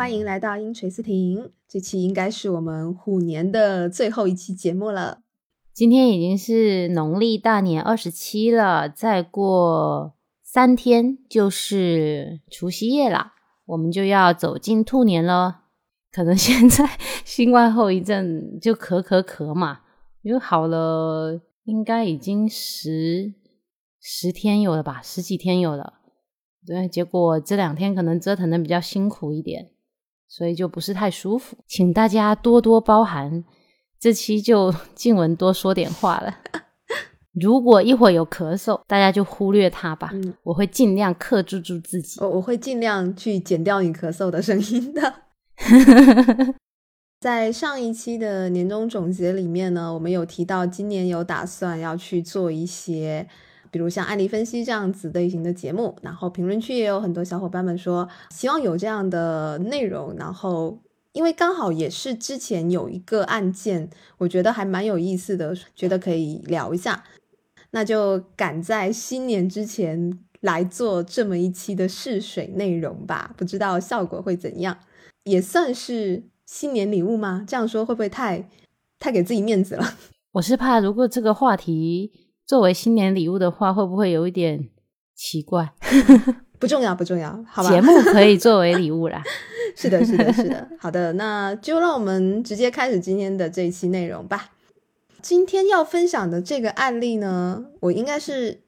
欢迎来到音锤斯婷，这期应该是我们虎年的最后一期节目了。 今天已经是农历大年27了，再过3天就是除夕夜啦，我们就要走进兔年了。可能现在新冠后遗症就咳嘛，因为好了应该已经10天有了吧，10几天有了。对，结果这2天可能折腾的比较辛苦一点，所以就不是太舒服，请大家多多包涵。这期就静雯多说点话了。如果一会儿有咳嗽，大家就忽略它吧，我会尽量克制住自己。 我会尽量去剪掉你咳嗽的声音的。在上一期的年终总结里面呢，我们有提到今年有打算要去做一些比如像案例分析这样子类型的节目，然后评论区也有很多小伙伴们说希望有这样的内容，然后因为刚好也是之前有一个案件我觉得还蛮有意思的，觉得可以聊一下，那就赶在新年之前来做这么一期的试水内容吧，不知道效果会怎样，也算是新年礼物吗？这样说会不会太给自己面子了？ 我是怕如果这个话题作为新年礼物的话，会不会有一点奇怪？ 不重要，好吧。 节目可以作为礼物啦。 是的。好的，那就让我们直接开始今天的这一期内容吧。今天要分享的这个案例呢，我应该是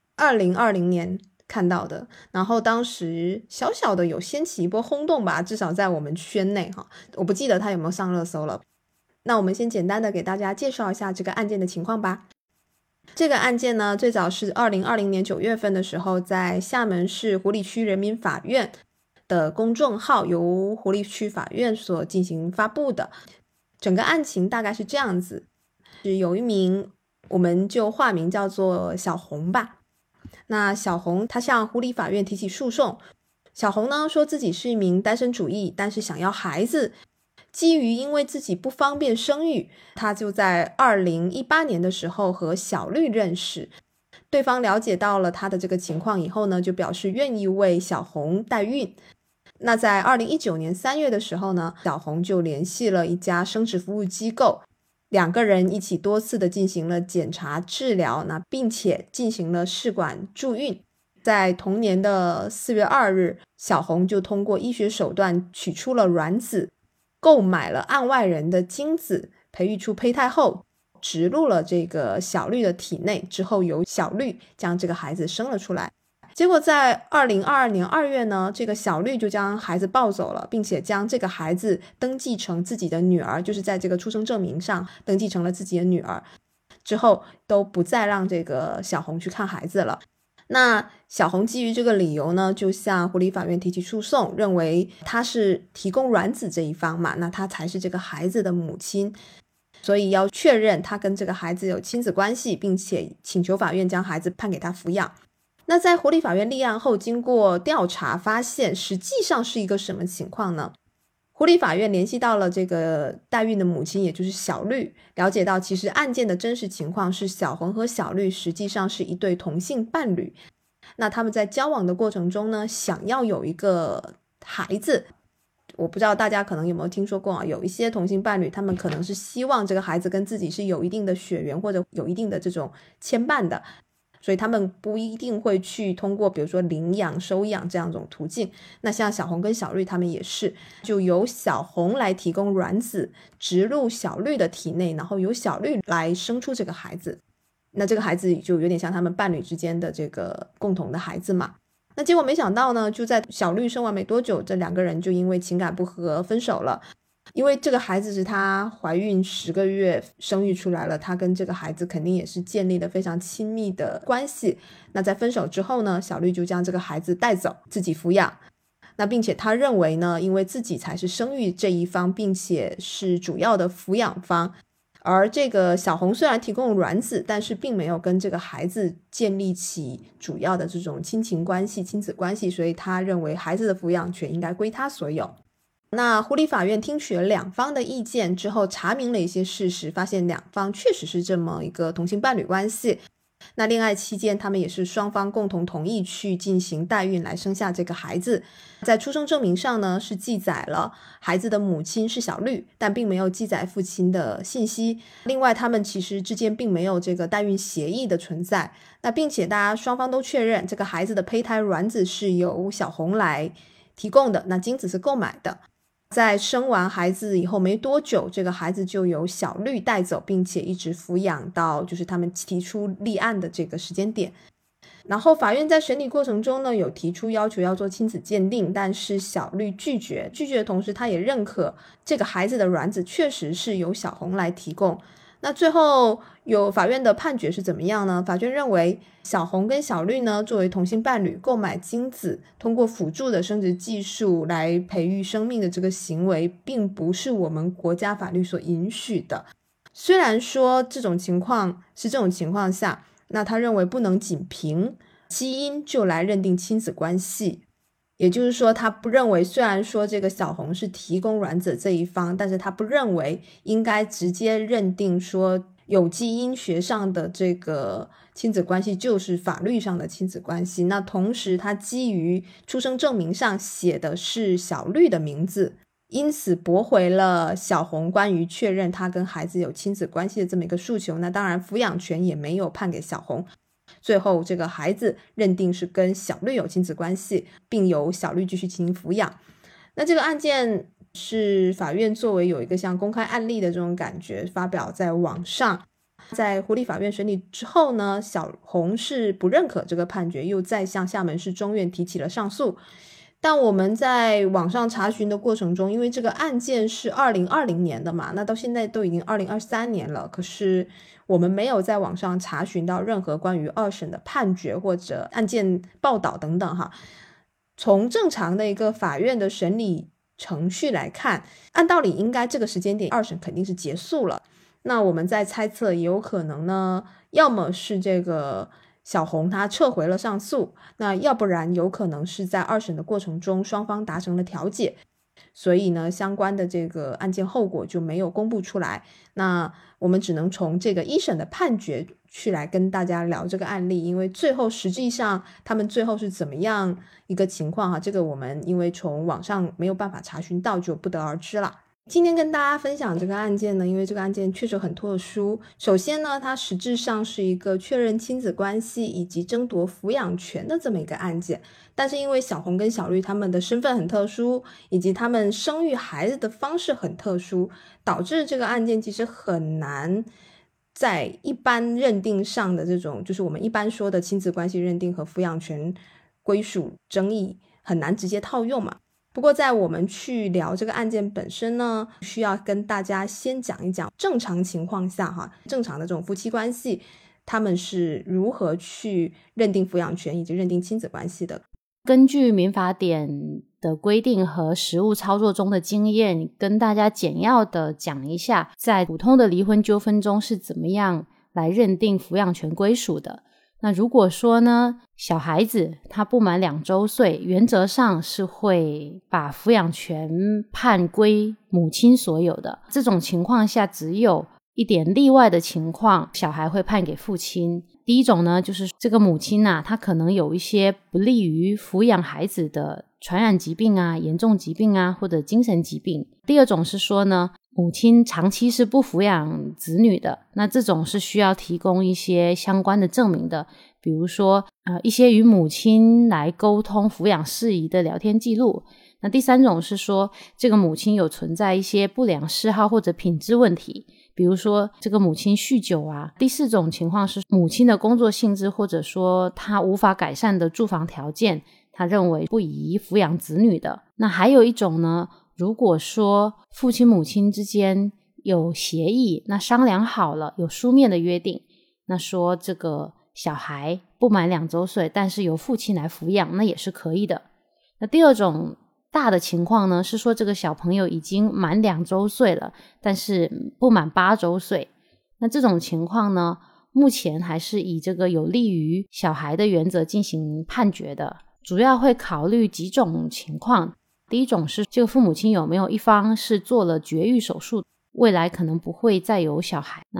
2020年看到的，然后当时小小的有掀起一波轰动吧，至少在我们圈内哈，我不记得它有没有上热搜了。那我们先简单的给大家介绍一下这个案件的情况吧。这个案件呢，最早是2020年9月份的时候，在厦门市湖里区人民法院的公众号由湖里区法院所进行发布的。整个案情大概是这样子，是有一名，我们就化名叫做小红吧。那小红她向湖里法院提起诉讼，小红呢说自己是一名单身主义，但是想要孩子，基于因为自己不方便生育，他就在2018年的时候和小绿认识，对方了解到了他的这个情况以后呢，就表示愿意为小红代孕。那在2019年3月的时候呢，小红就联系了一家生殖服务机构，2个人一起多次的进行了检查治疗，那并且进行了试管助孕。在同年的4月2日，小红就通过医学手段取出了卵子，购买了案外人的精子，培育出胚胎后植入了这个小绿的体内，之后由小绿将这个孩子生了出来。结果在2022年2月呢，这个小绿就将孩子抱走了，并且将这个孩子登记成自己的女儿，就是在这个出生证明上登记成了自己的女儿，之后都不再让这个小红去看孩子了。那小红基于这个理由呢，就向湖里法院提起诉讼，认为她是提供卵子这一方嘛，那她才是这个孩子的母亲，所以要确认她跟这个孩子有亲子关系，并且请求法院将孩子判给她抚养。那在湖里法院立案后，经过调查发现实际上是一个什么情况呢？湖里法院联系到了这个代孕的母亲，也就是小绿，了解到其实案件的真实情况是小红和小绿实际上是一对同性伴侣，那他们在交往的过程中呢，想要有一个孩子。我不知道大家可能有没有听说过啊，有一些同性伴侣他们可能是希望这个孩子跟自己是有一定的血缘或者有一定的这种牵绊的，所以他们不一定会去通过比如说领养收养这样一种途径。那像小红跟小绿他们也是，就由小红来提供卵子植入小绿的体内，然后由小绿来生出这个孩子，那这个孩子就有点像他们伴侣之间的这个共同的孩子嘛。那结果没想到呢，就在小绿生完没多久，这2个人就因为情感不合分手了。因为这个孩子是她怀孕10个月生育出来了，她跟这个孩子肯定也是建立了非常亲密的关系。那在分手之后呢，小绿就将这个孩子带走自己抚养。那并且她认为呢，因为自己才是生育这一方，并且是主要的抚养方，而这个小红虽然提供了卵子，但是并没有跟这个孩子建立起主要的这种亲情关系、亲子关系，所以她认为孩子的抚养权应该归她所有。那湖里法院听取了2方的意见之后，查明了一些事实，发现2方确实是这么一个同性伴侣关系， 那恋爱期间他们也是双方共同同意去进行代孕来生下这个孩子。在出生证明上呢是记载了孩子的母亲是小绿，但并没有记载父亲的信息。另外他们其实之间并没有这个代孕协议的存在，那并且大家双方都确认这个孩子的胚胎卵子是由小红来提供的，那精子是购买的。在生完孩子以后没多久，这个孩子就由小绿带走，并且一直抚养到就是他们提出立案的这个时间点。然后法院在审理过程中呢，有提出要求要做亲子鉴定，但是小绿拒绝的同时，他也认可这个孩子的卵子确实是由小红来提供。那最后有法院的判决是怎么样呢？法院认为小红跟小绿呢作为同性伴侣购买精子，通过辅助的生殖技术来培育生命的这个行为并不是我们国家法律所允许的。虽然说这种情况下，那他认为不能仅凭基因就来认定亲子关系，也就是说他不认为，虽然说这个小红是提供卵子这一方，但是他不认为应该直接认定说有基因学上的这个亲子关系就是法律上的亲子关系。那同时他基于出生证明上写的是小绿的名字，因此驳回了小红关于确认他跟孩子有亲子关系的这么一个诉求。那当然抚养权也没有判给小红，最后这个孩子认定是跟小绿有亲子关系，并由小绿继续进行抚养。那这个案件是法院作为有一个像公开案例的这种感觉发表在网上。在湖北法院审理之后呢，小红是不认可这个判决，又再向厦门市中院提起了上诉。但我们在网上查询的过程中，因为这个案件是2020年的嘛，那到现在都已经2023年了，可是我们没有在网上查询到任何关于二审的判决或者案件报道等等哈。从正常的一个法院的审理程序来看，按道理应该这个时间点二审肯定是结束了。那我们在猜测也有可能呢，要么是这个小红他撤回了上诉，那要不然有可能是在二审的过程中双方达成了调解，所以呢相关的这个案件后果就没有公布出来。那我们只能从这个一审的判决去来跟大家聊这个案例，因为最后实际上他们最后是怎么样一个情况这个我们因为从网上没有办法查询到，就不得而知了。今天跟大家分享这个案件呢，因为这个案件确实很特殊。首先呢，它实质上是一个确认亲子关系以及争夺抚养权的这么一个案件，但是因为小红跟小绿他们的身份很特殊，以及他们生育孩子的方式很特殊，导致这个案件其实很难在一般认定上的这种就是我们一般说的亲子关系认定和抚养权归属争议很难直接套用嘛。不过在我们去聊这个案件本身呢，需要跟大家先讲一讲正常情况下正常的这种夫妻关系他们是如何去认定抚养权以及认定亲子关系的。 根据民法典的规定和实务操作中的经验，跟大家简要的讲一下在普通的离婚纠纷中是怎么样来认定抚养权归属的。那如果说呢，小孩子他不满2周岁，原则上是会把抚养权判归母亲所有的。这种情况下只有一点例外的情况，小孩会判给父亲。第一种呢，就是这个母亲她可能有一些不利于抚养孩子的传染疾病严重疾病或者精神疾病。第二种是说呢，母亲长期是不抚养子女的，那这种是需要提供一些相关的证明的，比如说一些与母亲来沟通抚养事宜的聊天记录。那第三种是说，这个母亲有存在一些不良嗜好或者品质问题，比如说这个母亲酗酒第四种情况是母亲的工作性质或者说她无法改善的住房条件，她认为不宜抚养子女的。那还有一种呢，如果说父亲母亲之间有协议，那商量好了有书面的约定，那说这个小孩不满2周岁但是由父亲来抚养，那也是可以的。那第二种大的情况呢，是说这个小朋友已经满2周岁了，但是不满8周岁。那这种情况呢，目前还是以这个有利于小孩的原则进行判决的，主要会考虑几种情况。第一种是这个父母亲有没有一方是做了绝育手术，未来可能不会再有小孩。那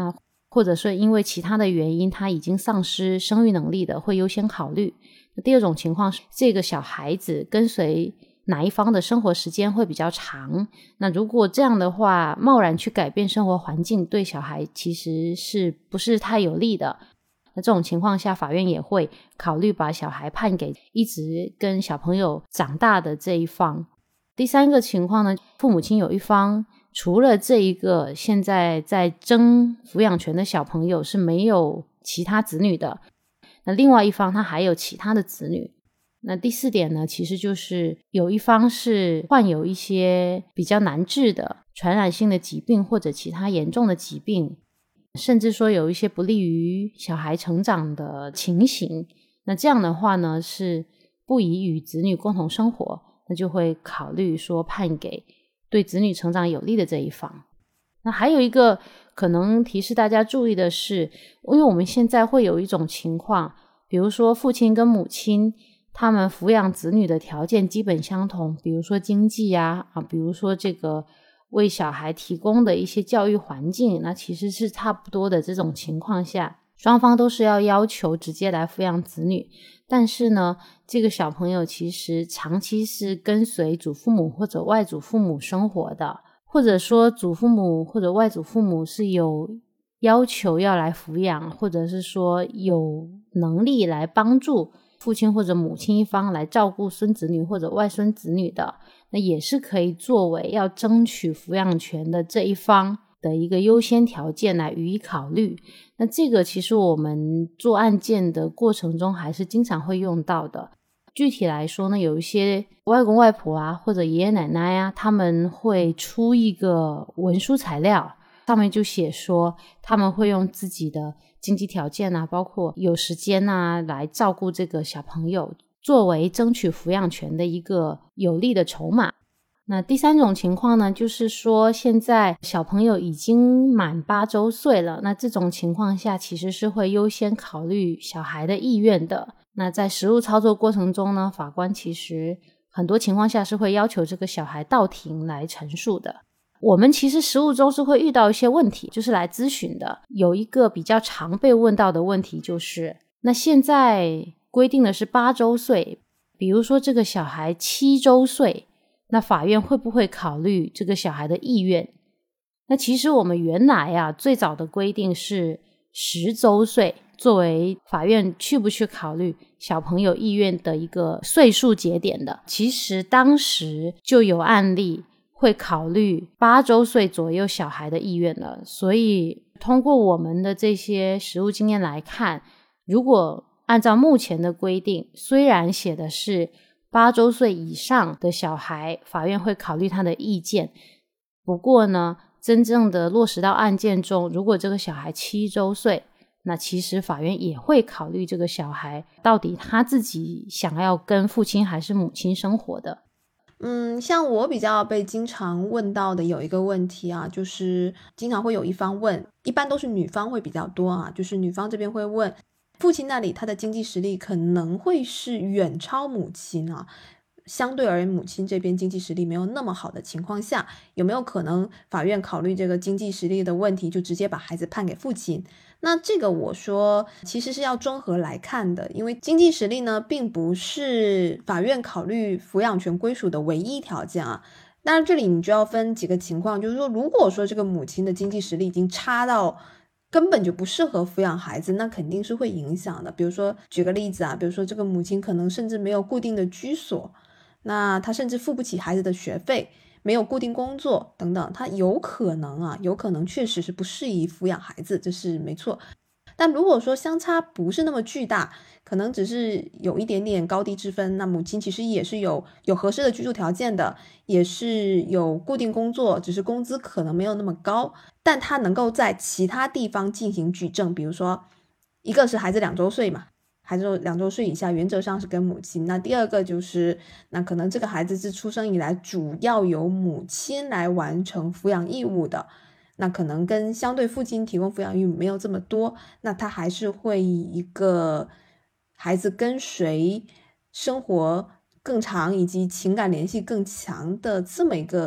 或者说因为其他的原因他已经丧失生育能力的，会优先考虑。第二种情况是这个小孩子跟随哪一方的生活时间会比较长，那如果这样的话贸然去改变生活环境，对小孩其实是不是太有利的。那这种情况下法院也会考虑把小孩判给一直跟小朋友长大的这一方。第三个情况呢，父母亲有一方除了这一个现在在争抚养权的小朋友是没有其他子女的，那另外一方他还有其他的子女。那第四点呢，其实就是有一方是患有一些比较难治的传染性的疾病或者其他严重的疾病，甚至说有一些不利于小孩成长的情形，那这样的话呢是不宜与子女共同生活，那就会考虑说判给对子女成长有利的这一方。那还有一个可能提示大家注意的是，因为我们现在会有一种情况，比如说父亲跟母亲他们抚养子女的条件基本相同，比如说经济比如说这个为小孩提供的一些教育环境，那其实是差不多的。这种情况下双方都是要求直接来抚养子女，但是呢这个小朋友其实长期是跟随祖父母或者外祖父母生活的，或者说祖父母或者外祖父母是有要求要来抚养，或者是说有能力来帮助父亲或者母亲一方来照顾孙子女或者外孙子女的，那也是可以作为要争取抚养权的这一方的一个优先条件来予以考虑。那这个其实我们做案件的过程中还是经常会用到的。具体来说呢，有一些外公外婆或者爷爷奶奶他们会出一个文书材料，上面就写说他们会用自己的经济条件包括有时间来照顾这个小朋友，作为争取抚养权的一个有力的筹码。那第三种情况呢，就是说现在小朋友已经满8周岁了，那这种情况下其实是会优先考虑小孩的意愿的。那在实务操作过程中呢，法官其实很多情况下是会要求这个小孩到庭来陈述的。我们其实实务中是会遇到一些问题，就是来咨询的。有一个比较常被问到的问题就是，那现在规定的是8周岁，比如说这个小孩7周岁，那法院会不会考虑这个小孩的意愿？那其实我们原来最早的规定是10周岁作为法院去不去考虑小朋友意愿的一个岁数节点的。其实当时就有案例会考虑8周岁左右小孩的意愿了，所以通过我们的这些实务经验来看，如果按照目前的规定，虽然写的是8周岁以上的小孩法院会考虑他的意见，不过呢真正的落实到案件中，如果这个小孩7周岁，那其实法院也会考虑这个小孩到底他自己想要跟父亲还是母亲生活的。 像我比较被经常问到的有一个问题就是经常会有一方问，一般都是女方会比较多就是女方这边会问父亲那里他的经济实力可能会是远超母亲相对而言母亲这边经济实力没有那么好的情况下，有没有可能法院考虑这个经济实力的问题，就直接把孩子判给父亲？那这个我说其实是要综合来看的，因为经济实力呢并不是法院考虑抚养权归属的唯一条件当然这里你就要分几个情况，就是说如果说这个母亲的经济实力已经差到根本就不适合抚养孩子，那肯定是会影响的。比如说举个例子比如说这个母亲可能甚至没有固定的居所，那她甚至付不起孩子的学费，没有固定工作等等，她有可能确实是不适宜抚养孩子，这是没错。但如果说相差不是那么巨大，可能只是有一点点高低之分，那母亲其实也是有合适的居住条件的，也是有固定工作，只是工资可能没有那么高，但她能够在其他地方进行举证，比如说一个是孩子2周岁嘛，孩子2周岁以下原则上是跟母亲，那第二个就是那可能这个孩子自出生以来主要由母亲来完成抚养义务的，那可能跟相对父亲提供抚养义务没有这么多，那他还是会以一个孩子跟随生活更长以及情感联系更强的这么一个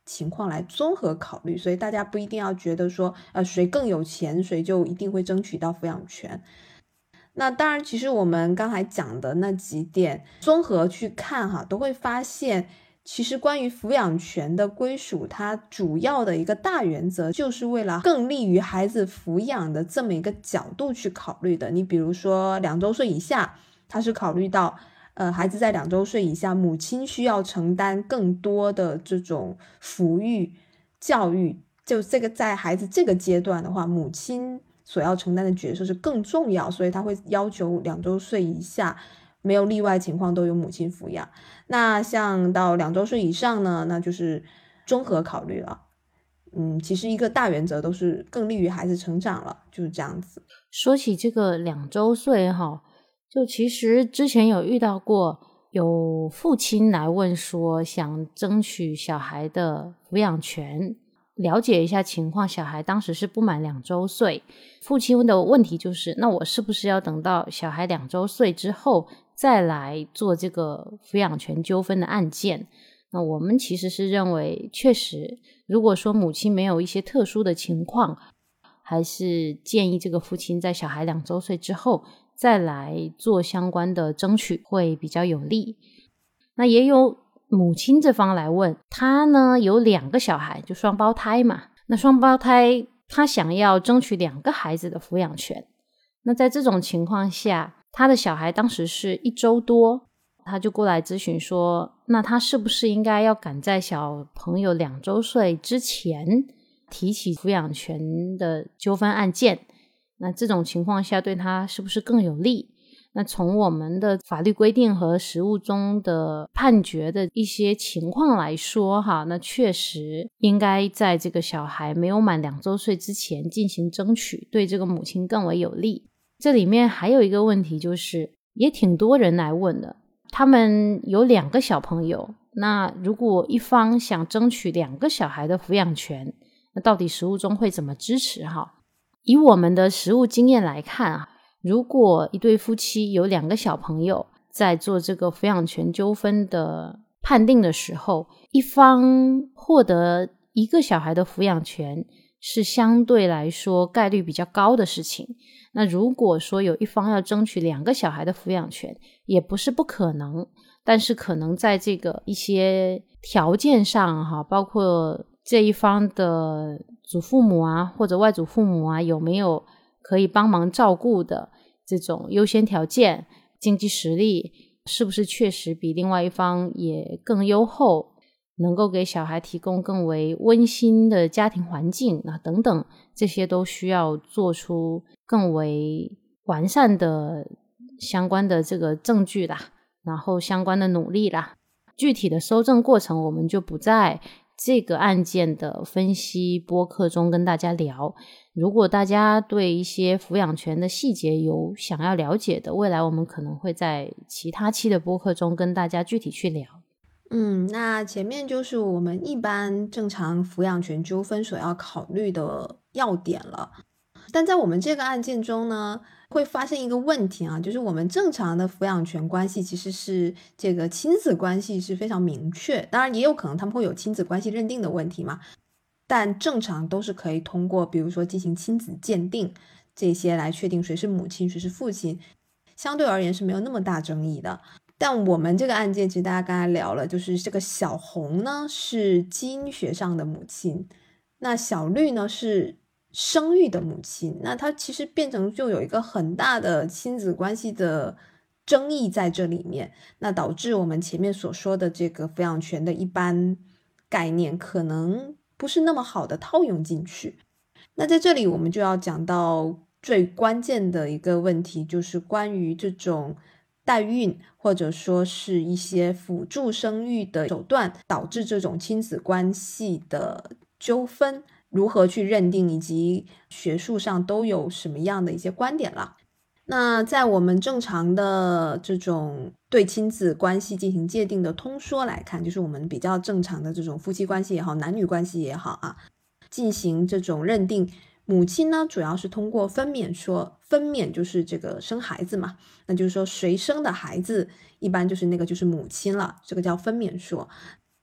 情况来综合考虑，所以大家不一定要觉得说谁更有钱谁就一定会争取到抚养权。那当然其实我们刚才讲的那几点综合去看哈，都会发现其实关于抚养权的归属，它主要的一个大原则就是为了更利于孩子抚养的这么一个角度去考虑的。你比如说2周岁以下，它是考虑到孩子在2周岁以下，母亲需要承担更多的这种抚育教育，就这个在孩子这个阶段的话，母亲所要承担的角色是更重要，所以他会要求2周岁以下没有例外情况都由母亲抚养。那像到2周岁以上呢，那就是综合考虑了。其实一个大原则都是更利于孩子成长了，就是这样子。 说起这个2周岁哈，就其实之前有遇到过有父亲来问说想争取小孩的抚养权，了解一下情况，小孩当时是不满2周岁，父亲的问题就是那我是不是要等到小孩2周岁之后再来做这个抚养权纠纷的案件。那我们其实是认为确实如果说母亲没有一些特殊的情况，还是建议这个父亲在小孩2周岁之后再来做相关的争取会比较有利。那也有母亲这方来问，他呢有2个小孩，就双胞胎嘛，那双胞胎他想要争取2个孩子的抚养权。那在这种情况下，他的小孩当时是1周多，他就过来咨询说，那他是不是应该要赶在小朋友2周岁之前提起抚养权的纠纷案件，那这种情况下对他是不是更有利？那从我们的法律规定和实务中的判决的一些情况来说哈，那确实应该在这个小孩没有满2周岁之前进行争取，对这个母亲更为有利。这里面还有一个问题，就是也挺多人来问的，他们有2个小朋友，那如果一方想争取2个小孩的抚养权，那到底实务中会怎么支持哈？以我们的实务经验来看啊，如果一对夫妻有2个小朋友，在做这个抚养权纠纷的判定的时候，一方获得1个小孩的抚养权是相对来说概率比较高的事情。那如果说有一方要争取2个小孩的抚养权，也不是不可能，但是可能在这个一些条件上哈，包括这一方的祖父母啊或者外祖父母啊有没有可以帮忙照顾的这种优先条件，经济实力是不是确实比另外一方也更优厚，能够给小孩提供更为温馨的家庭环境等等，这些都需要做出更为完善的相关的这个证据啦，然后相关的努力啦。具体的搜证过程我们就不在这个案件的分析播客中跟大家聊，如果大家对一些抚养权的细节有想要了解的，未来我们可能会在其他期的播客中跟大家具体去聊。 那前面就是我们一般正常抚养权纠纷所要考虑的要点了。但在我们这个案件中呢，会发现一个问题啊，就是我们正常的抚养权关系其实是这个亲子关系是非常明确，当然也有可能他们会有亲子关系认定的问题嘛，但正常都是可以通过比如说进行亲子鉴定这些来确定谁是母亲谁是父亲，相对而言是没有那么大争议的。但我们这个案件其实大家刚才聊了，就是这个小红呢是基因学上的母亲，那小绿呢是生育的母亲，那它其实变成就有一个很大的亲子关系的争议在这里面，那导致我们前面所说的这个抚养权的一般概念可能不是那么好的套用进去。那在这里我们就要讲到最关键的一个问题，就是关于这种代孕或者说是一些辅助生育的手段导致这种亲子关系的纠纷如何去认定，以及学术上都有什么样的一些观点了。那在我们正常的这种对亲子关系进行界定的通说来看，就是我们比较正常的这种夫妻关系也好男女关系也好啊，进行这种认定，母亲呢主要是通过分娩说，分娩就是这个生孩子嘛，那就是说谁生的孩子一般就是那个就是母亲了，这个叫分娩说。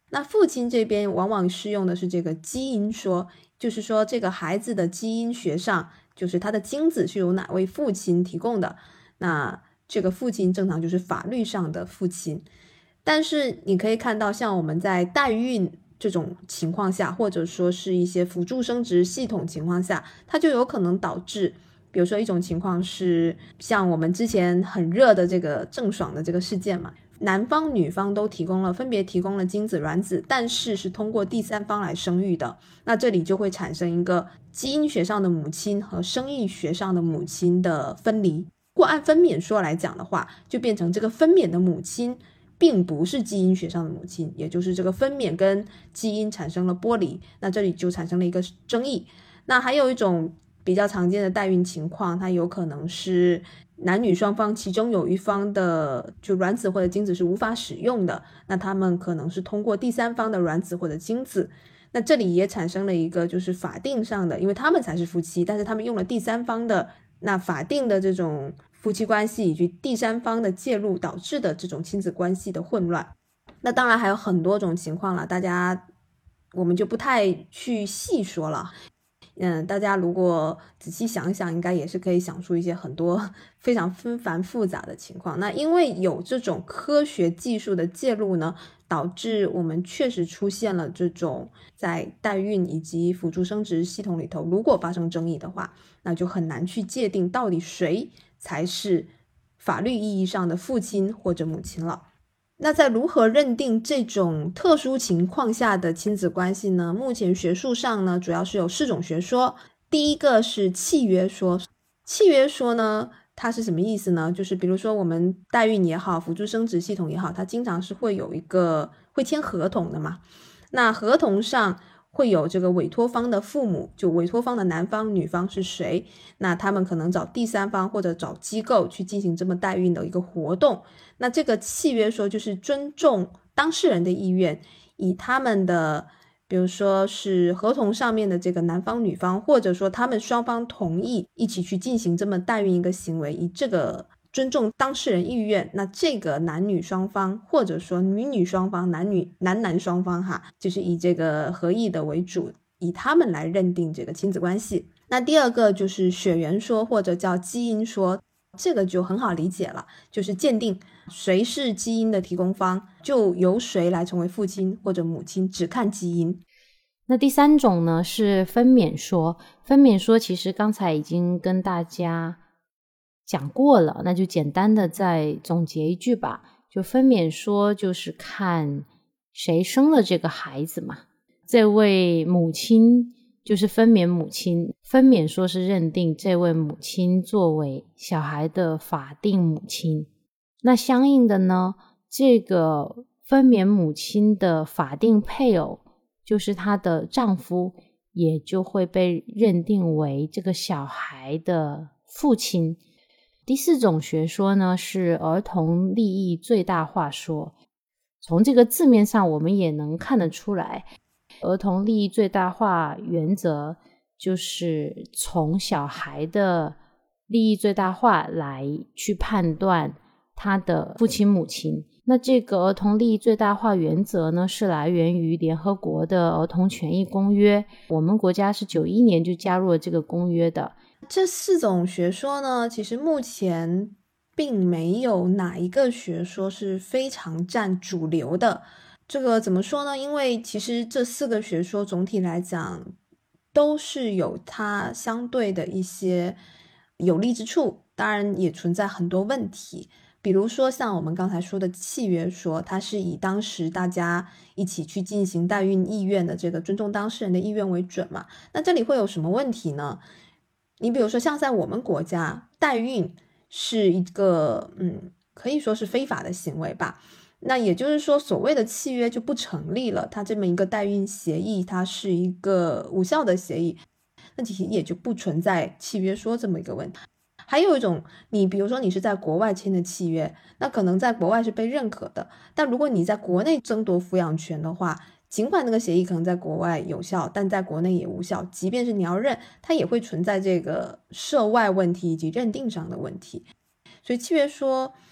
那父亲这边往往适用的是这个基因说，就是说这个孩子的基因学上，就是他的精子是由哪位父亲提供的，那这个父亲正常就是法律上的父亲。但是你可以看到，像我们在代孕这种情况下，或者说是一些辅助生殖系统情况下，它就有可能导致，比如说一种情况是像我们之前很热的这个郑爽的这个事件嘛，男方女方都分别提供了精子卵子，但是是通过第三方来生育的，那这里就会产生一个基因学上的母亲和生育学上的母亲的分离。如果按分娩说来讲的话，就变成这个分娩的母亲并不是基因学上的母亲，也就是这个分娩跟基因产生了剥离，那这里就产生了一个争议。那还有一种比较常见的代孕情况，它有可能是男女双方其中有一方的就卵子或者精子是无法使用的，那他们可能是通过第三方的卵子或者精子，那这里也产生了一个就是法定上的，因为他们才是夫妻，但是他们用了第三方的那法定的这种夫妻关系以及第三方的介入导致的这种亲子关系的混乱。那当然还有很多种情况了，我们就不太去细说了。大家如果仔细想一想，应该也是可以想出一些很多非常纷繁复杂的情况。那因为有这种科学技术的介入呢，导致我们确实出现了这种在代孕以及辅助生殖系统里头，如果发生争议的话，那就很难去界定到底谁才是法律意义上的父亲或者母亲了。那在如何认定这种特殊情况下的亲子关系呢？目前学术上呢，主要是有4种学说。第一个是契约说。契约说呢，它是什么意思呢？就是比如说我们代孕也好，辅助生殖系统也好，它经常是会签合同的嘛。那合同上会有这个委托方的父母，就委托方的男方女方是谁，那他们可能找第三方或者找机构去进行这么代孕的一个活动。那这个契约说就是尊重当事人的意愿，以他们的比如说是合同上面的这个男方女方，或者说他们双方同意一起去进行这么代孕一个行为，以这个尊重当事人意愿，那这个男女双方或者说女女双方男男双方就是以这个合意的为主，以他们来认定这个亲子关系。那第二个就是血缘说或者叫基因说，这个就很好理解了，就是鉴定谁是基因的提供方，就由谁来成为父亲或者母亲，只看基因。 那第3种呢是分娩说。分娩说其实刚才已经跟大家讲过了，那就简单的再总结一句吧。就分娩说就是看谁生了这个孩子嘛，这位母亲就是分娩母亲，分娩说是认定这位母亲作为小孩的法定母亲。那相应的呢，这个分娩母亲的法定配偶就是她的丈夫，也就会被认定为这个小孩的父亲。第4种学说呢是儿童利益最大化说。从这个字面上我们也能看得出来，儿童利益最大化原则就是从小孩的利益最大化来去判断他的父亲母亲。那这个儿童利益最大化原则呢，是来源于联合国的儿童权益公约，我们国家是91年就加入了这个公约的。 这4种学说呢，其实目前并没有哪一个学说是非常占主流的。这个怎么说呢？因为其实这4个学说总体来讲都是有它相对的一些有利之处，当然也存在很多问题。比如说像我们刚才说的契约说，它是以当时大家一起去进行代孕意愿的这个尊重当事人的意愿为准嘛。那这里会有什么问题呢？你比如说像在我们国家，代孕是一个可以说是非法的行为吧。那也就是说所谓的契约就不成立了，它这么一个代孕协议它是一个无效的协议，那其实也就不存在契约说这么一个问题。还有一种，你比如说你是在国外签的契约，那可能在国外是被认可的，但如果你在国内争夺抚养权的话，尽管那个协议可能在国外有效，但在国内也无效，即便是你要认，它也会存在这个涉外问题以及认定上的问题。所以契约说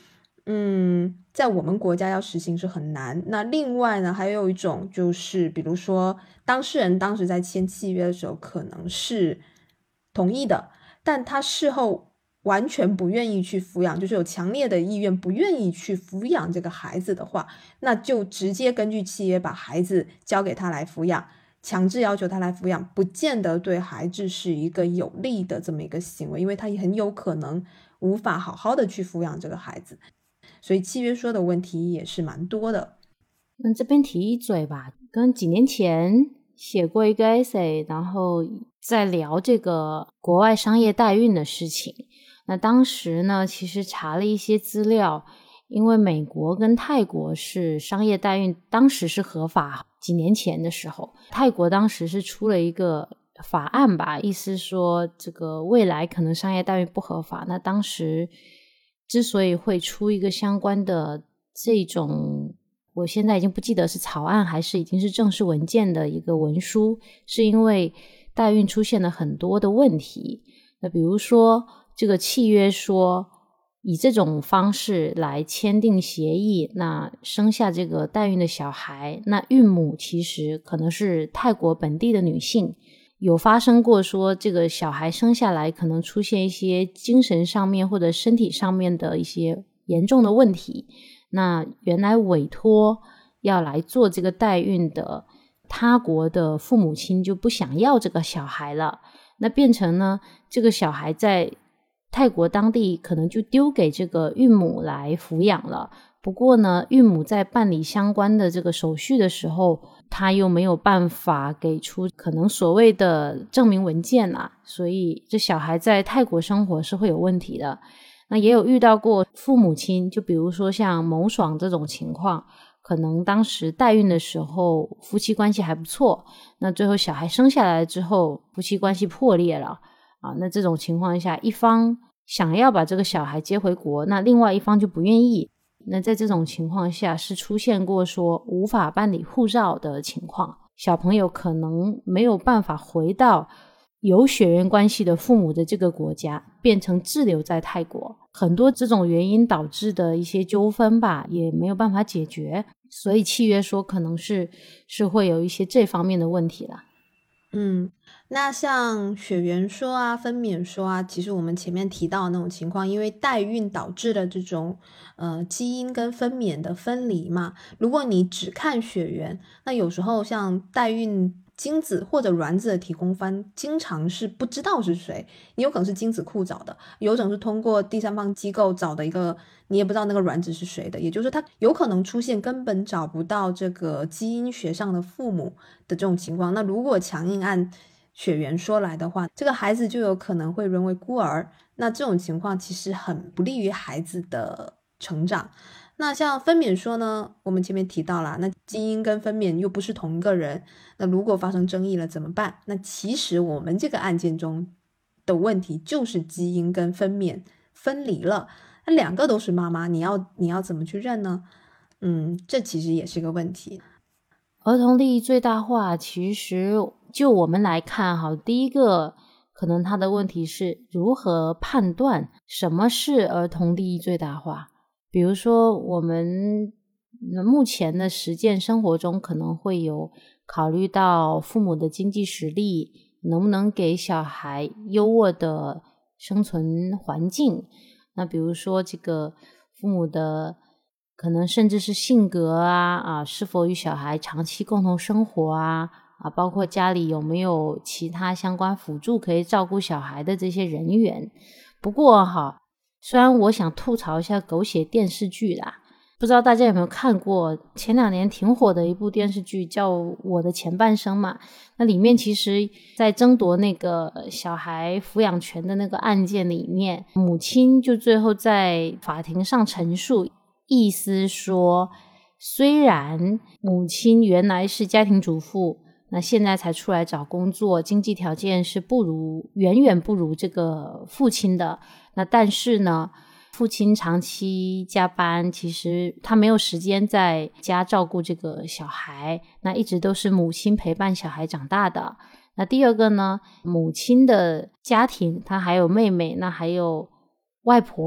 在我们国家要实行是很难。那另外呢，还有一种就是比如说当事人当时在签契约的时候可能是同意的，但他事后完全不愿意去抚养，就是有强烈的意愿不愿意去抚养这个孩子的话，那就直接根据契约把孩子交给他来抚养，强制要求他来抚养，不见得对孩子是一个有利的这么一个行为，因为他也很有可能无法好好的去抚养这个孩子，所以契约说的问题也是蛮多的。 那这边提一嘴吧，跟几年前写过一个 essay， 然后在聊这个国外商业代孕的事情。那当时呢，其实查了一些资料，因为美国跟泰国是商业代孕当时是合法，几年前的时候泰国当时是出了一个法案吧，意思说这个未来可能商业代孕不合法。那当时之所以会出一个相关的这种，我现在已经不记得是草案还是已经是正式文件的一个文书，是因为代孕出现了很多的问题。那比如说这个契约说以这种方式来签订协议，那生下这个代孕的小孩，那孕母其实可能是泰国本地的女性，有发生过说这个小孩生下来可能出现一些精神上面或者身体上面的一些严重的问题，那原来委托要来做这个代孕的他国的父母亲就不想要这个小孩了，那变成呢这个小孩在泰国当地可能就丢给这个孕母来抚养了。不过呢，孕母在办理相关的这个手续的时候，她又没有办法给出可能所谓的证明文件啊，所以这小孩在泰国生活是会有问题的。那也有遇到过父母亲，就比如说像某爽这种情况，可能当时代孕的时候夫妻关系还不错，那最后小孩生下来之后夫妻关系破裂了啊，那这种情况下一方想要把这个小孩接回国，那另外一方就不愿意，那在这种情况下是出现过说无法办理护照的情况，小朋友可能没有办法回到有血缘关系的父母的这个国家，变成滞留在泰国，很多这种原因导致的一些纠纷吧，也没有办法解决，所以契约说可能是会有一些这方面的问题啦。 那像血缘说啊、分娩说啊，其实我们前面提到的那种情况，因为代孕导致的这种基因跟分娩的分离嘛，如果你只看血缘，那有时候像代孕精子或者卵子的提供方经常是不知道是谁，你有可能是精子库找的，有可能是通过第三方机构找的一个你也不知道那个卵子是谁的，也就是它有可能出现根本找不到这个基因学上的父母的这种情况。那如果强硬按血缘说来的话，这个孩子就有可能会沦为孤儿，那这种情况其实很不利于孩子的成长。那像分娩说呢，我们前面提到了，那基因跟分娩又不是同一个人，那如果发生争议了怎么办？那其实我们这个案件中的问题就是基因跟分娩分离了，那两个都是妈妈，你要怎么去认呢？这其实也是个问题。 儿童利益最大化，其实就我们来看哈，第一个可能他的问题是如何判断什么是儿童利益最大化。比如说我们目前的实践生活中可能会有考虑到父母的经济实力，能不能给小孩优渥的生存环境，那比如说这个父母的可能甚至是性格啊，是否与小孩长期共同生活啊，包括家里有没有其他相关辅助可以照顾小孩的这些人员。不过虽然我想吐槽一下狗血电视剧啦，不知道大家有没有看过前2年挺火的一部电视剧叫《我的前半生》嘛，那里面其实在争夺那个小孩抚养权的那个案件里面，母亲就最后在法庭上陈述，意思说虽然母亲原来是家庭主妇，那现在才出来找工作，经济条件是远远不如这个父亲的，那但是呢父亲长期加班，其实他没有时间在家照顾这个小孩，那一直都是母亲陪伴小孩长大的。那第二个呢，母亲的家庭她还有妹妹，那还有外婆，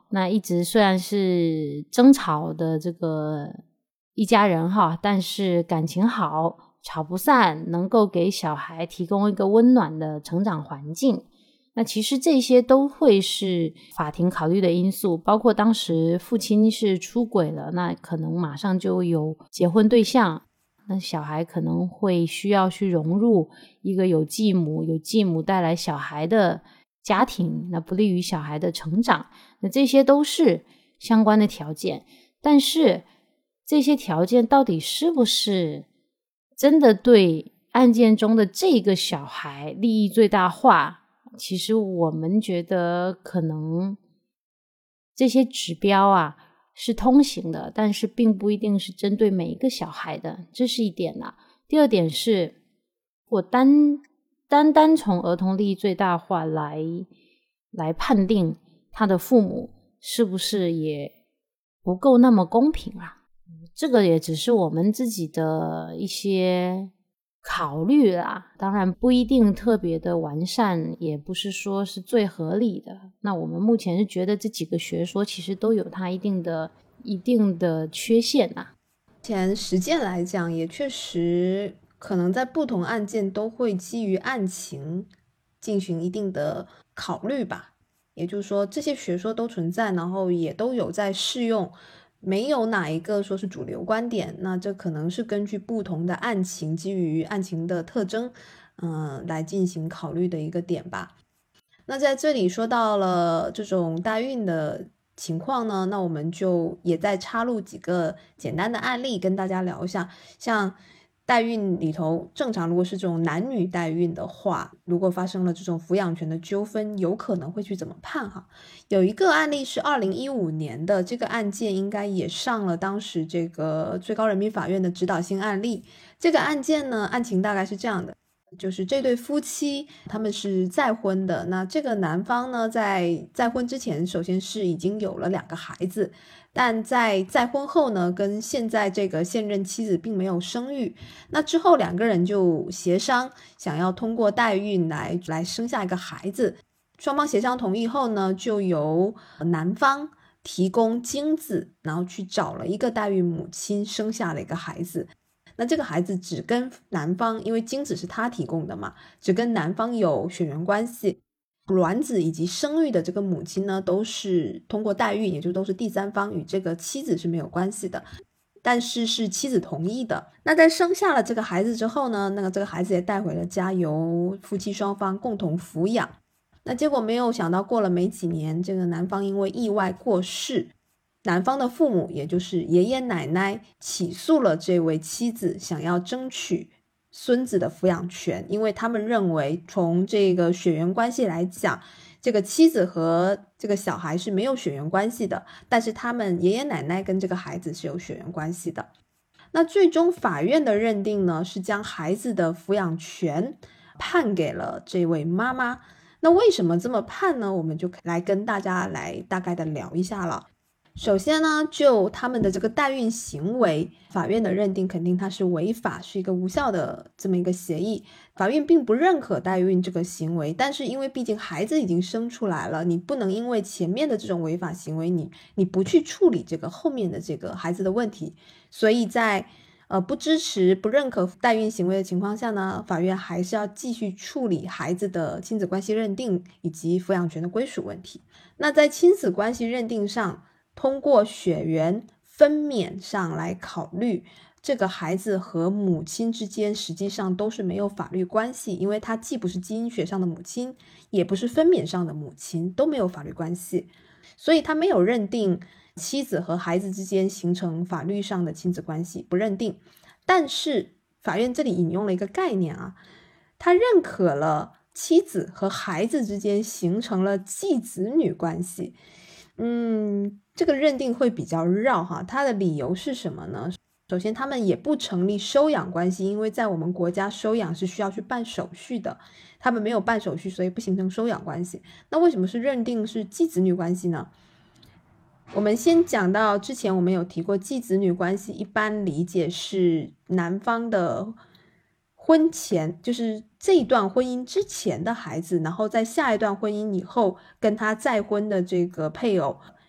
那一直虽然是争吵的这个一家人哈，但是感情好，吵不散，能够给小孩提供一个温暖的成长环境。那其实这些都会是法庭考虑的因素，包括当时父亲是出轨了，那可能马上就有结婚对象，那小孩可能会需要去融入一个有继母带来小孩的家庭，那不利于小孩的成长，那这些都是相关的条件。但是这些条件到底是不是真的对案件中的这个小孩利益最大化，其实我们觉得可能这些指标啊是通行的，但是并不一定是针对每一个小孩的，这是一点啦。第二点是，我单从儿童利益最大化来判定他的父母是不是也不够那么公平啊。这个也只是我们自己的一些考虑啦，当然不一定特别的完善，也不是说是最合理的。那我们目前是觉得这几个学说其实都有它一定的缺陷啊。 前实践来讲，也确实可能在不同案件都会基于案情进行一定的考虑吧。也就是说，这些学说都存在，然后也都有在适用，没有哪一个说是主流观点。那这可能是根据不同的案情，基于案情的特征，来进行考虑的一个点吧。那在这里说到了这种代孕的情况呢，那我们就也再插入几个简单的案例跟大家聊一下。像代孕里头，正常如果是这种男女代孕的话，如果发生了这种抚养权的纠纷，有可能会去怎么判哈？有一个案例是2015年的，这个案件应该也上了当时这个最高人民法院的指导性案例。这个案件呢，案情大概是这样的，就是这对夫妻他们是再婚的，那这个男方呢在再婚之前首先是已经有了2个孩子，但在再婚后呢跟现在这个现任妻子并没有生育，那之后2个人就协商想要通过代孕来生下一个孩子，双方协商同意后呢，就由男方提供精子，然后去找了一个代孕母亲生下了一个孩子。那这个孩子只跟男方，因为精子是他提供的嘛，只跟男方有血缘关系，卵子以及生育的这个母亲呢，都是通过代孕，也就都是第三方，与这个妻子是没有关系的，但是是妻子同意的。那在生下了这个孩子之后呢，那这个孩子也带回了家，由夫妻双方共同抚养。那结果没有想到，过了没几年，这个男方因为意外过世，男方的父母也就是爷爷奶奶起诉了这位妻子，想要争取孙子的抚养权，因为他们认为从这个血缘关系来讲，这个妻子和这个小孩是没有血缘关系的，但是他们爷爷奶奶跟这个孩子是有血缘关系的。那最终法院的认定呢，是将孩子的抚养权判给了这位妈妈。那为什么这么判呢？我们就来跟大家来大概的聊一下了。首先呢，就他们的这个代孕行为，法院的认定肯定它是违法，是一个无效的这么一个协议。法院并不认可代孕这个行为，但是因为毕竟孩子已经生出来了，你不能因为前面的这种违法行为，你不去处理这个后面的这个孩子的问题，所以在不支持、不认可代孕行为的情况下呢，法院还是要继续处理孩子的亲子关系认定以及抚养权的归属问题。那在亲子关系认定上，通过血缘分娩上来考虑，这个孩子和母亲之间实际上都是没有法律关系，因为他既不是基因学上的母亲，也不是分娩上的母亲，都没有法律关系，所以他没有认定妻子和孩子之间形成法律上的亲子关系，不认定。但是法院这里引用了一个概念啊，他认可了妻子和孩子之间形成了继子女关系。这个认定会比较绕哈，它的理由是什么呢？首先他们也不成立收养关系，因为在我们国家收养是需要去办手续的，他们没有办手续，所以不形成收养关系。那为什么是认定是继子女关系呢？我们先讲到之前我们有提过，继子女关系一般理解是男方的婚前，就是这一段婚姻之前的孩子，然后在下一段婚姻以后跟他再婚的这个配偶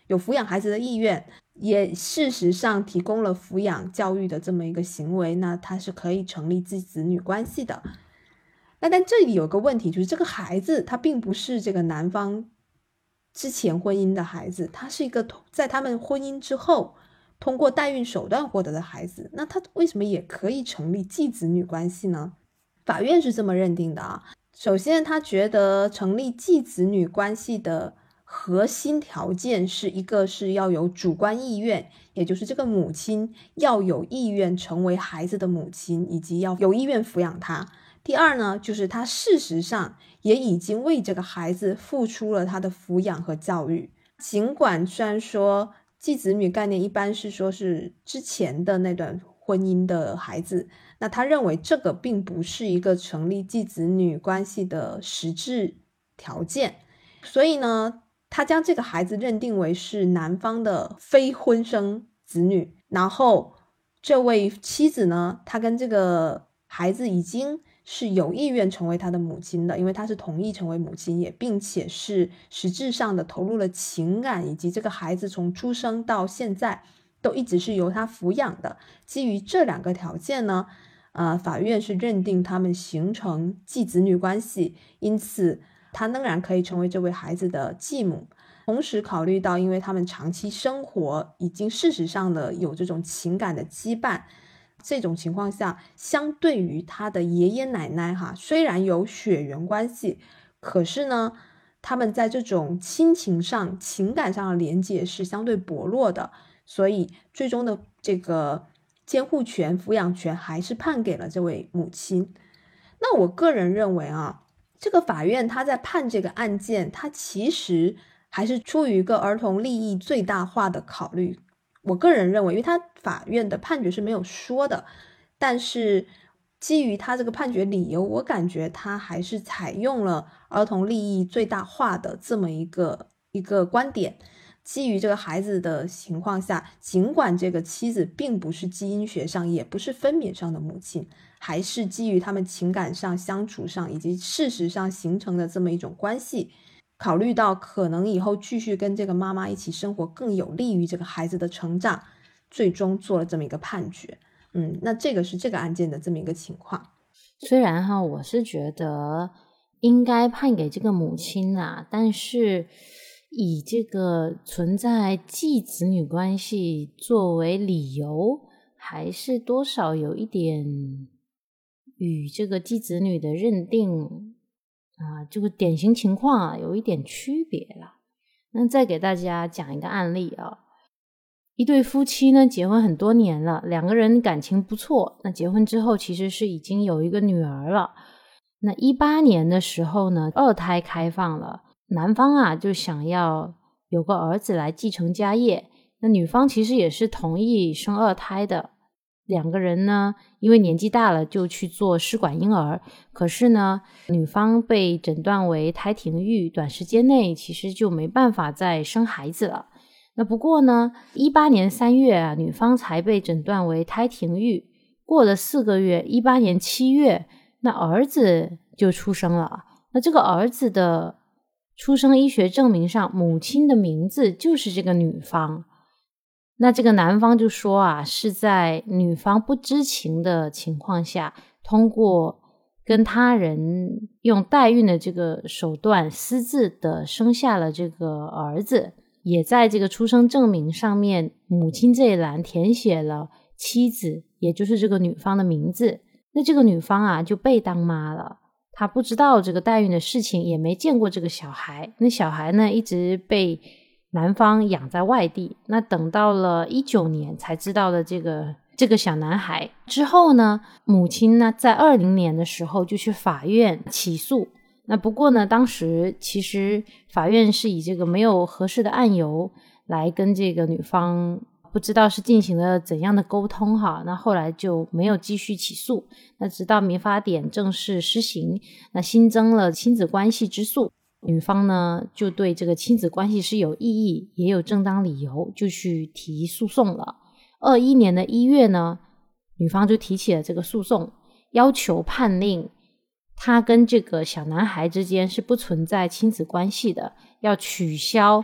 有抚养孩子的意愿，也事实上提供了抚养教育的这么一个行为，那他是可以成立继子女关系的。那但这里有个问题，就是这个孩子他并不是这个男方之前婚姻的孩子，他是一个在他们婚姻之后通过代孕手段获得的孩子，那他为什么也可以成立继子女关系呢？法院是这么认定的啊。首先他觉得成立继子女关系的核心条件是一个是要有主观意愿，也就是这个母亲要有意愿成为孩子的母亲，以及要有意愿抚养他。第二呢，就是他事实上也已经为这个孩子付出了他的抚养和教育。尽管虽然说继子女概念一般是说是之前的那段婚姻的孩子，那他认为这个并不是一个成立继子女关系的实质条件，所以呢，他将这个孩子认定为是男方的非婚生子女。然后这位妻子呢，她跟这个孩子已经是有意愿成为他的母亲的，因为他是同意成为母亲，也并且是实质上的投入了情感，以及这个孩子从出生到现在都一直是由他抚养的。基于这两个条件呢，法院是认定他们形成继子女关系，因此他仍然可以成为这位孩子的继母。同时考虑到因为他们长期生活已经事实上的有这种情感的羁绊，这种情况下相对于他的爷爷奶奶虽然有血缘关系，可是呢他们在这种亲情上情感上的连结是相对薄弱的，所以最终的这个监护权抚养权还是判给了这位母亲。那我个人认为这个法院他在判这个案件，他其实还是出于一个儿童利益最大化的考虑。我个人认为，因为他法院的判决是没有说的，但是基于他这个判决理由，我感觉他还是采用了儿童利益最大化的这么一个观点。基于这个孩子的情况下，尽管这个妻子并不是基因学上也不是分娩上的母亲，还是基于他们情感上相处上以及事实上形成的这么一种关系，考虑到可能以后继续跟这个妈妈一起生活更有利于这个孩子的成长，最终做了这么一个判决。那这个是这个案件的这么一个情况。 虽然我是觉得应该判给这个母亲但是以这个存在继子女关系作为理由，还是多少有一点与这个继子女的认定这个典型情况有一点区别了。那再给大家讲一个案例一对夫妻呢结婚很多年了，两个人感情不错，那结婚之后其实是已经有一个女儿了。那18年的时候呢，2胎开放了，男方就想要有个儿子来继承家业，那女方其实也是同意生2胎的。两个人呢因为年纪大了就去做试管婴儿，可是呢女方被诊断为胎停育，短时间内其实就没办法再生孩子了。那不过呢18年3月女方才被诊断为胎停育，过了4个月18年7月那儿子就出生了。那这个儿子的出生医学证明上母亲的名字就是这个女方。那这个男方就说是在女方不知情的情况下，通过跟他人用代孕的这个手段私自的生下了这个儿子，也在这个出生证明上面母亲这一栏填写了妻子，也就是这个女方的名字。那这个女方就被当妈了，她不知道这个代孕的事情，也没见过这个小孩。那小孩呢一直被男方养在外地，那等到了19年才知道了这个小男孩。之后呢母亲呢在20年的时候就去法院起诉。那不过呢当时其实法院是以这个没有合适的案由来跟这个女方不知道是进行了怎样的沟通那后来就没有继续起诉。那直到民法典正式施行，那新增了亲子关系之诉，女方呢就对这个亲子关系是有异议也有正当理由，就去提诉讼了。21年的1月呢女方就提起了这个诉讼，要求判令他跟这个小男孩之间是不存在亲子关系的，要取消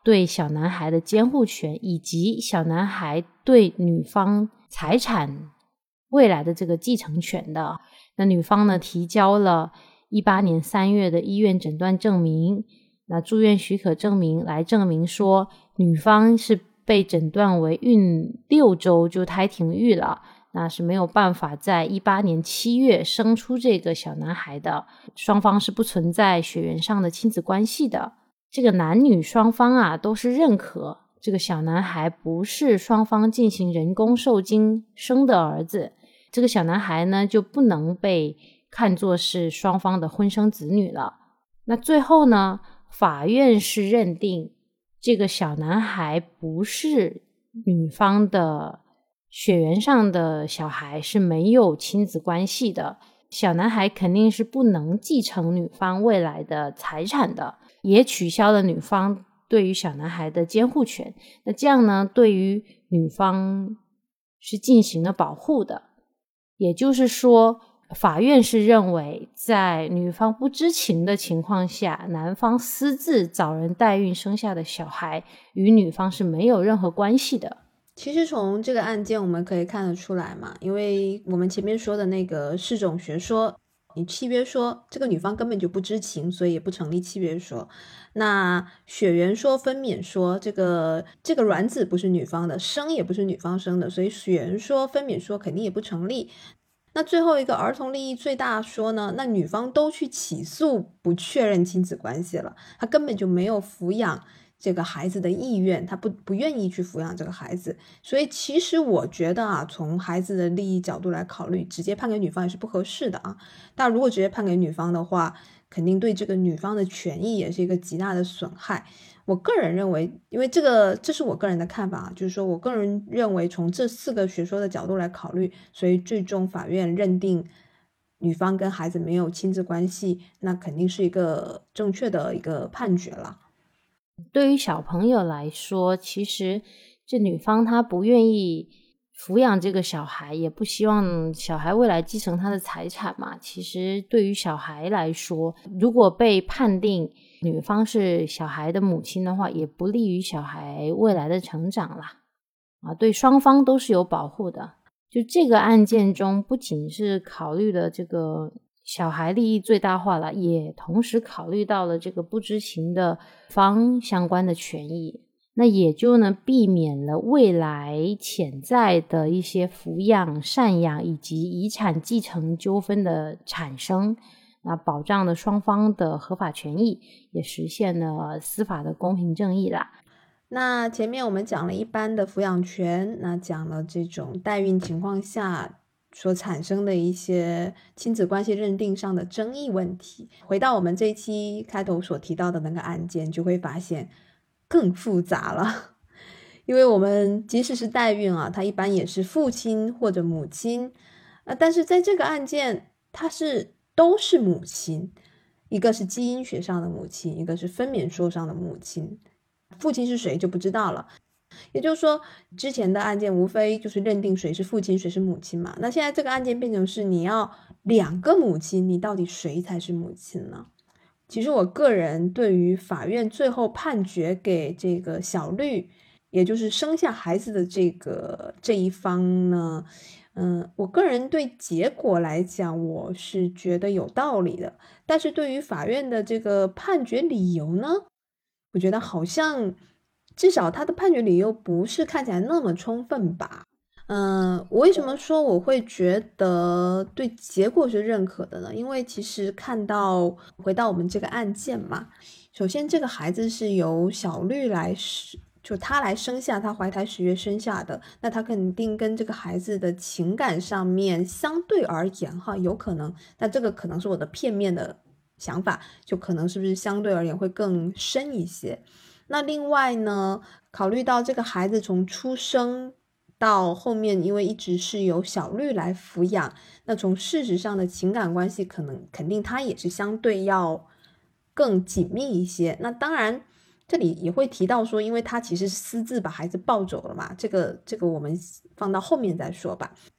对小男孩的监护权，以及小男孩对女方财产未来的这个继承权的。那女方呢提交了18年3月的医院诊断证明，那住院许可证明来证明说女方是被诊断为孕6周就胎停育了，那是没有办法在18年7月生出这个小男孩的，双方是不存在血缘上的亲子关系的。这个男女双方啊都是认可这个小男孩不是双方进行人工受精生的儿子，这个小男孩呢就不能被看作是双方的婚生子女了。那最后呢，法院是认定这个小男孩不是女方的血缘上的小孩，是没有亲子关系的，小男孩肯定是不能继承女方未来的财产的，也取消了女方对于小男孩的监护权。那这样呢，对于女方是进行了保护的，也就是说法院是认为在女方不知情的情况下，男方私自找人代孕生下的小孩与女方是没有任何关系的。 其实从这个案件我们可以看得出来嘛，因为我们前面说的那个4种学说，你契约说这个女方根本就不知情，所以也不成立契约说。那血缘说、分娩说，这个卵子不是女方的，生也不是女方生的，所以血缘说、分娩说肯定也不成立。那最后一个儿童利益最大说呢，那女方都去起诉不确认亲子关系了，她根本就没有抚养这个孩子的意愿，她不愿意去抚养这个孩子。所以其实我觉得啊，从孩子的利益角度来考虑，直接判给女方也是不合适的啊。但如果直接判给女方的话，肯定对这个女方的权益也是一个极大的损害。我个人认为，因为这是我个人的看法啊，就是说我个人认为从这4个学说的角度来考虑，所以最终法院认定女方跟孩子没有亲子关系，那肯定是一个正确的一个判决了。 对于小朋友来说，其实这女方她不愿意抚养这个小孩，也不希望小孩未来继承她的财产嘛。其实对于小孩来说，如果被判定女方是小孩的母亲的话，也不利于小孩未来的成长啦。对双方都是有保护的。就这个案件中，不仅是考虑了这个小孩利益最大化了，也同时考虑到了这个不知情的方相关的权益，那也就呢避免了未来潜在的一些抚养、赡养以及遗产继承纠纷的产生，那保障了双方的合法权益，也实现了司法的公平正义啦。 那前面我们讲了一般的抚养权，那讲了这种代孕情况下所产生的一些亲子关系认定上的争议问题。回到我们这一期开头所提到的那个案件，就会发现更复杂了。因为我们即使是代孕啊，它一般也是父亲或者母亲，但是在这个案件它都是母亲，一个是基因学上的母亲，一个是分娩说上的母亲，父亲是谁就不知道了。也就是说之前的案件无非就是认定谁是父亲谁是母亲嘛，那现在这个案件变成是你要2个母亲，你到底谁才是母亲呢？其实我个人对于法院最后判决给这个小绿，也就是生下孩子的这一方呢，我个人对结果来讲我是觉得有道理的，但是对于法院的这个判决理由呢，我觉得好像至少他的判决理由不是看起来那么充分吧。我为什么说我会觉得对结果是认可的呢？因为其实回到我们这个案件嘛，首先这个孩子是由小绿就他来生下，他怀胎10月生下的，那他肯定跟这个孩子的情感上面相对而言有可能，但这个可能是我的片面的想法，就可能是不是相对而言会更深一些。那另外呢，考虑到这个孩子从出生到后面因为一直是由小绿来抚养，那从事实上的情感关系肯定他也是相对要更紧密一些。那当然这里也会提到说，因为他其实私自把孩子抱走了嘛，这个我们放到后面再说吧。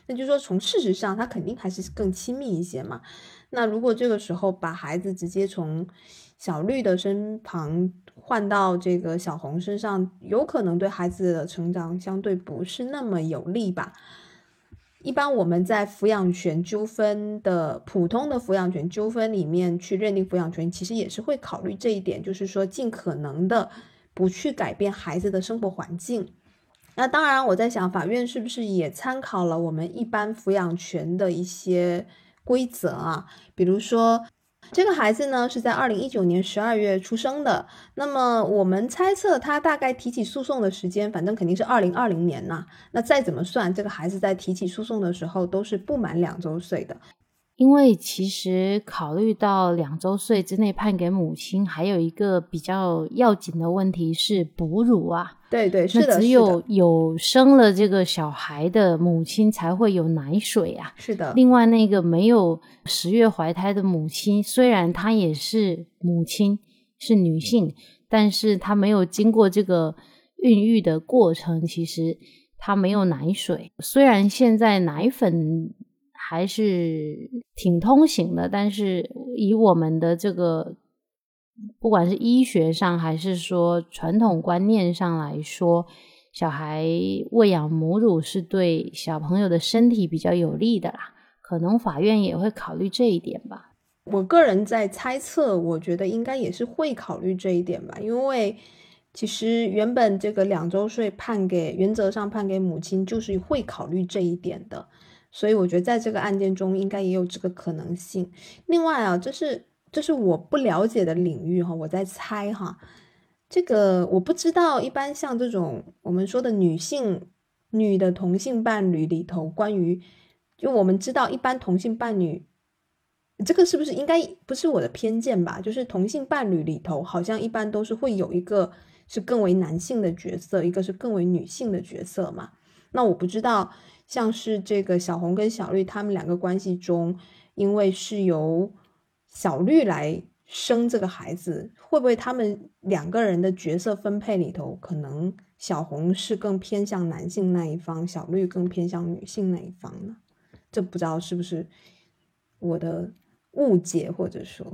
那就是说从事实上他肯定还是更亲密一些嘛。那如果这个时候把孩子直接从小绿的身旁换到这个小红身上，有可能对孩子的成长相对不是那么有利吧。一般我们在抚养权纠纷的普通的抚养权纠纷里面去认定抚养权，其实也是会考虑这一点，就是说尽可能的不去改变孩子的生活环境。那当然我在想法院是不是也参考了我们一般抚养权的一些规则啊，比如说这个孩子呢是在2019年12月出生的，那么我们猜测他大概提起诉讼的时间反正肯定是2020年呐，那再怎么算这个孩子在提起诉讼的时候都是不满2周岁的。 因为其实考虑到2周岁之内判给母亲，还有一个比较要紧的问题是哺乳啊。 对对，是的， 那只有生了这个小孩的母亲才会有奶水啊。 是的。 另外那个没有10月怀胎的母亲，虽然她也是母亲，是女性，但是她没有经过这个孕育的过程，其实她没有奶水。虽然现在奶粉还是挺通行的，但是以我们的这个不管是医学上还是说传统观念上来说，小孩喂养母乳是对小朋友的身体比较有利的啦，可能法院也会考虑这一点吧。 我个人在猜测，我觉得应该也是会考虑这一点吧，因为其实原本这个2周岁原则上判给母亲就是会考虑这一点的，所以我觉得在这个案件中应该也有这个可能性。另外啊，这是我不了解的领域哈，我在猜哈，这个我不知道一般像这种我们说的女的同性伴侣里头，关于就我们知道一般同性伴侣，这个是不是应该不是我的偏见吧，就是同性伴侣里头好像一般都是会有一个是更为男性的角色，一个是更为女性的角色嘛。那我不知道像是这个小红跟小绿他们2个关系中，因为是由小绿来生这个孩子，会不会他们2个人的角色分配里头，可能小红是更偏向男性那一方，小绿更偏向女性那一方呢？这不知道是不是我的误解，或者说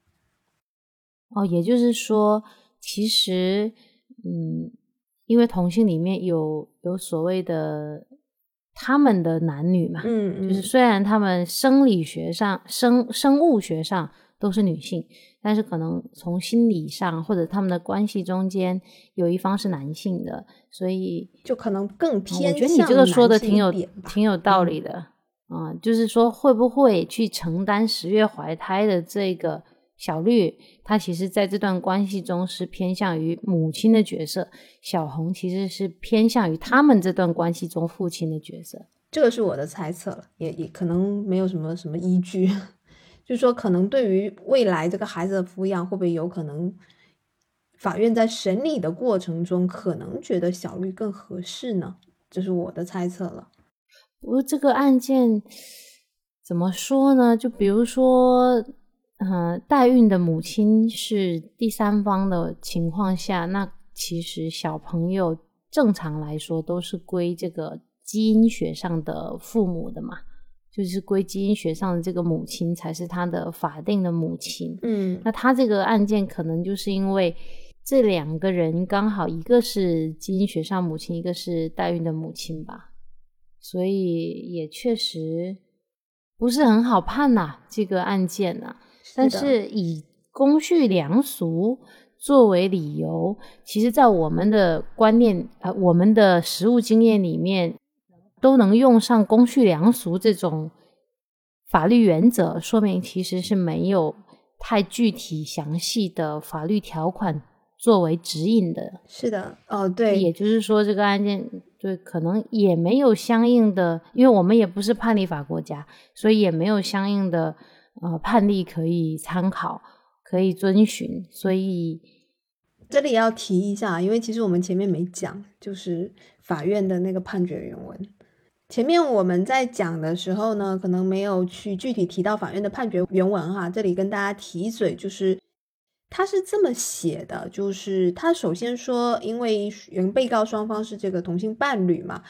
也就是说其实因为同性里面有所谓的他们的男女嘛，就是虽然他们生理学上生物学上都是女性，但是可能从心理上或者他们的关系中间有一方是男性的，所以就可能更偏向我觉得你这个说的挺有道理的就是说会不会去承担10月怀胎的这个小绿，她其实在这段关系中是偏向于母亲的角色，小红其实是偏向于他们这段关系中父亲的角色。 这个是我的猜测了，也可能没有什么依据就是说可能对于未来这个孩子的抚养，会不会有可能法院在审理的过程中可能觉得小绿更合适呢？这是我的猜测了。 不过这个案件怎么说呢，就比如说代孕的母亲是第三方的情况下，那其实小朋友正常来说都是归这个基因学上的父母的嘛，就是归基因学上的这个母亲才是他的法定的母亲。那他这个案件可能就是因为这2个人刚好一个是基因学上母亲，一个是代孕的母亲吧，所以也确实不是很好判这个案件但是以公序良俗作为理由，其实在我们的观念我们的实务经验里面都能用上公序良俗这种法律原则，说明其实是没有太具体详细的法律条款作为指引的。 是的对， 也就是说这个案件对可能也没有相应的，因为我们也不是判例法国家，所以也没有相应的判例可以参考可以遵循。所以这里要提一下，因为其实我们前面没讲，就是法院的那个判决原文，前面我们在讲的时候呢，可能没有去具体提到法院的判决原文哈，这里跟大家提一嘴，就是他是这么写的，就是他首先说因为原被告双方是这个同性伴侣嘛，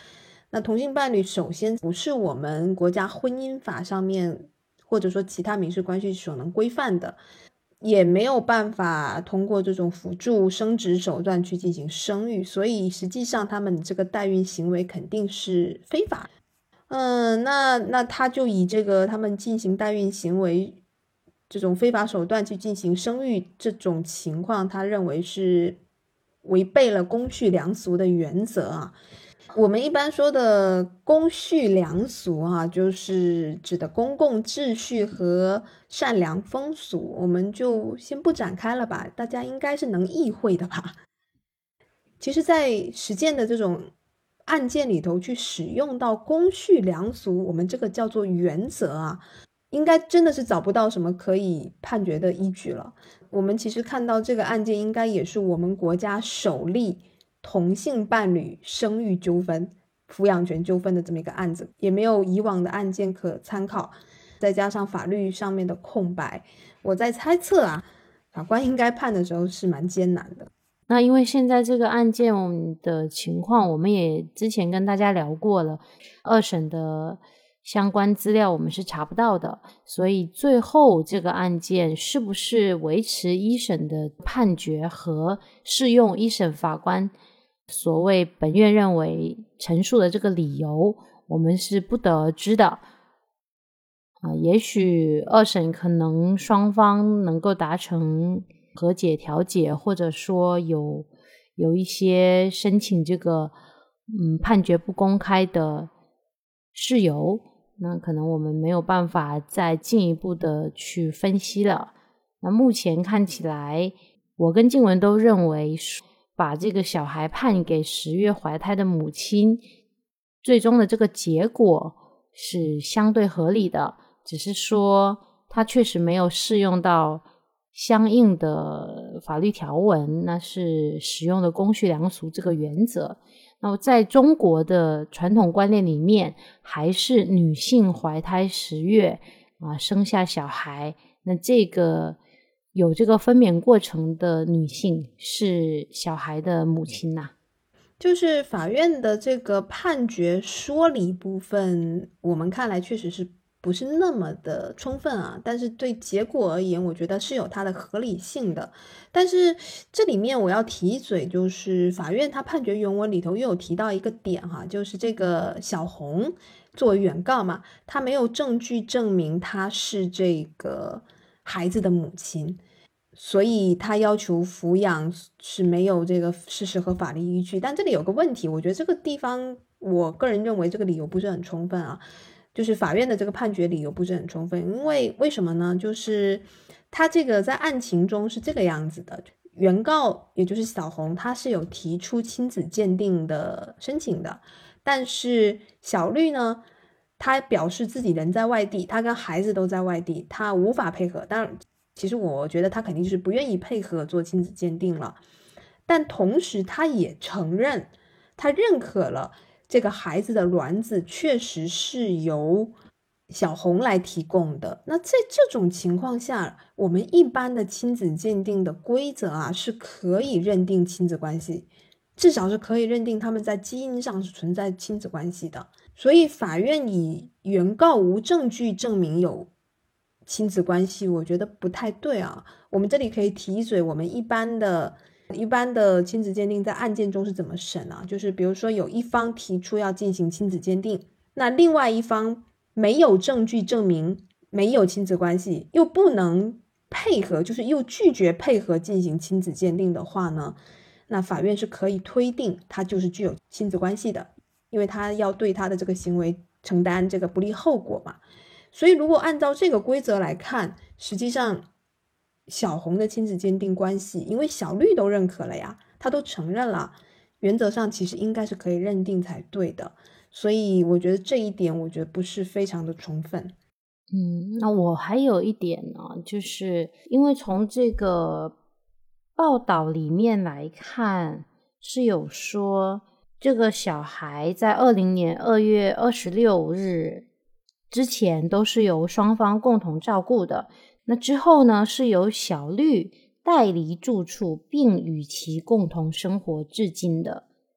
那同性伴侣首先不是我们国家婚姻法上面或者说其他民事关系所能规范的，也没有办法通过这种辅助生殖手段去进行生育，所以实际上他们这个代孕行为肯定是非法。那他就以这个他们进行代孕行为这种非法手段去进行生育这种情况，他认为是违背了公序良俗的原则啊。我们一般说的公序良俗啊，就是指的公共秩序和善良风俗，我们就先不展开了吧，大家应该是能意会的吧。其实在实践的这种案件里头去使用到公序良俗，我们这个叫做原则啊，应该真的是找不到什么可以判决的依据了。我们其实看到这个案件应该也是我们国家首例同性伴侣生育纠纷、抚养权纠纷的这么一个案子，也没有以往的案件可参考，再加上法律上面的空白，我在猜测啊，法官应该判的时候是蛮艰难的。 那因为现在这个案件的情况，我们也之前跟大家聊过了，二审的相关资料我们是查不到的，所以最后这个案件是不是维持一审的判决和适用一审法官所谓本院认为陈述的这个理由，我们是不得而知的。也许二审可能双方能够达成和解调解，或者说有一些申请这个判决不公开的事由，那可能我们没有办法再进一步的去分析了。那目前看起来，我跟静文都认为把这个小孩判给10月怀胎的母亲，最终的这个结果是相对合理的，只是说它确实没有适用到相应的法律条文，那是使用的公序良俗这个原则。那在中国的传统观念里面，还是女性怀胎10月生下小孩，那这个有这个分娩过程的女性是小孩的母亲呐。 就是法院的这个判决说理部分，我们看来确实是不是那么的充分啊，但是对结果而言，我觉得是有它的合理性的。但是这里面我要提一嘴，就是法院他判决原文里头又有提到一个点哈，就是这个小红作为原告嘛，他没有证据证明他是这个孩子的母亲，所以他要求抚养是没有这个事实和法律依据。但这里有个问题，我觉得这个地方我个人认为这个理由不是很充分啊，就是法院的这个判决理由不是很充分。因为什么呢？就是他这个在案情中是这个样子的，原告也就是小红，他是有提出亲子鉴定的申请的，但是小绿呢，他表示自己人在外地，他跟孩子都在外地，他无法配合。当然其实我觉得他肯定是不愿意配合做亲子鉴定了，但同时他也承认，他认可了这个孩子的卵子确实是由小红来提供的。那在这种情况下，我们一般的亲子鉴定的规则啊，是可以认定亲子关系，至少是可以认定他们在基因上是存在亲子关系的。所以法院以原告无证据证明有亲子关系，我觉得不太对啊。我们这里可以提一嘴，我们一般的亲子鉴定在案件中是怎么审啊？就是比如说有一方提出要进行亲子鉴定，那另外一方没有证据证明没有亲子关系，又不能配合，就是又拒绝配合进行亲子鉴定的话呢，那法院是可以推定他就是具有亲子关系的，因为他要对他的这个行为承担这个不利后果嘛。所以如果按照这个规则来看，实际上小红的亲子鉴定关系，因为小绿都认可了呀，他都承认了，原则上其实应该是可以认定才对的。所以我觉得这一点我觉得不是非常的充分。 那我还有一点呢，就是因为从这个报道里面来看，是有说这个小孩在2020年2月26日之前都是由双方共同照顾的，那之后呢，是由小绿带离住处并与其共同生活至今的。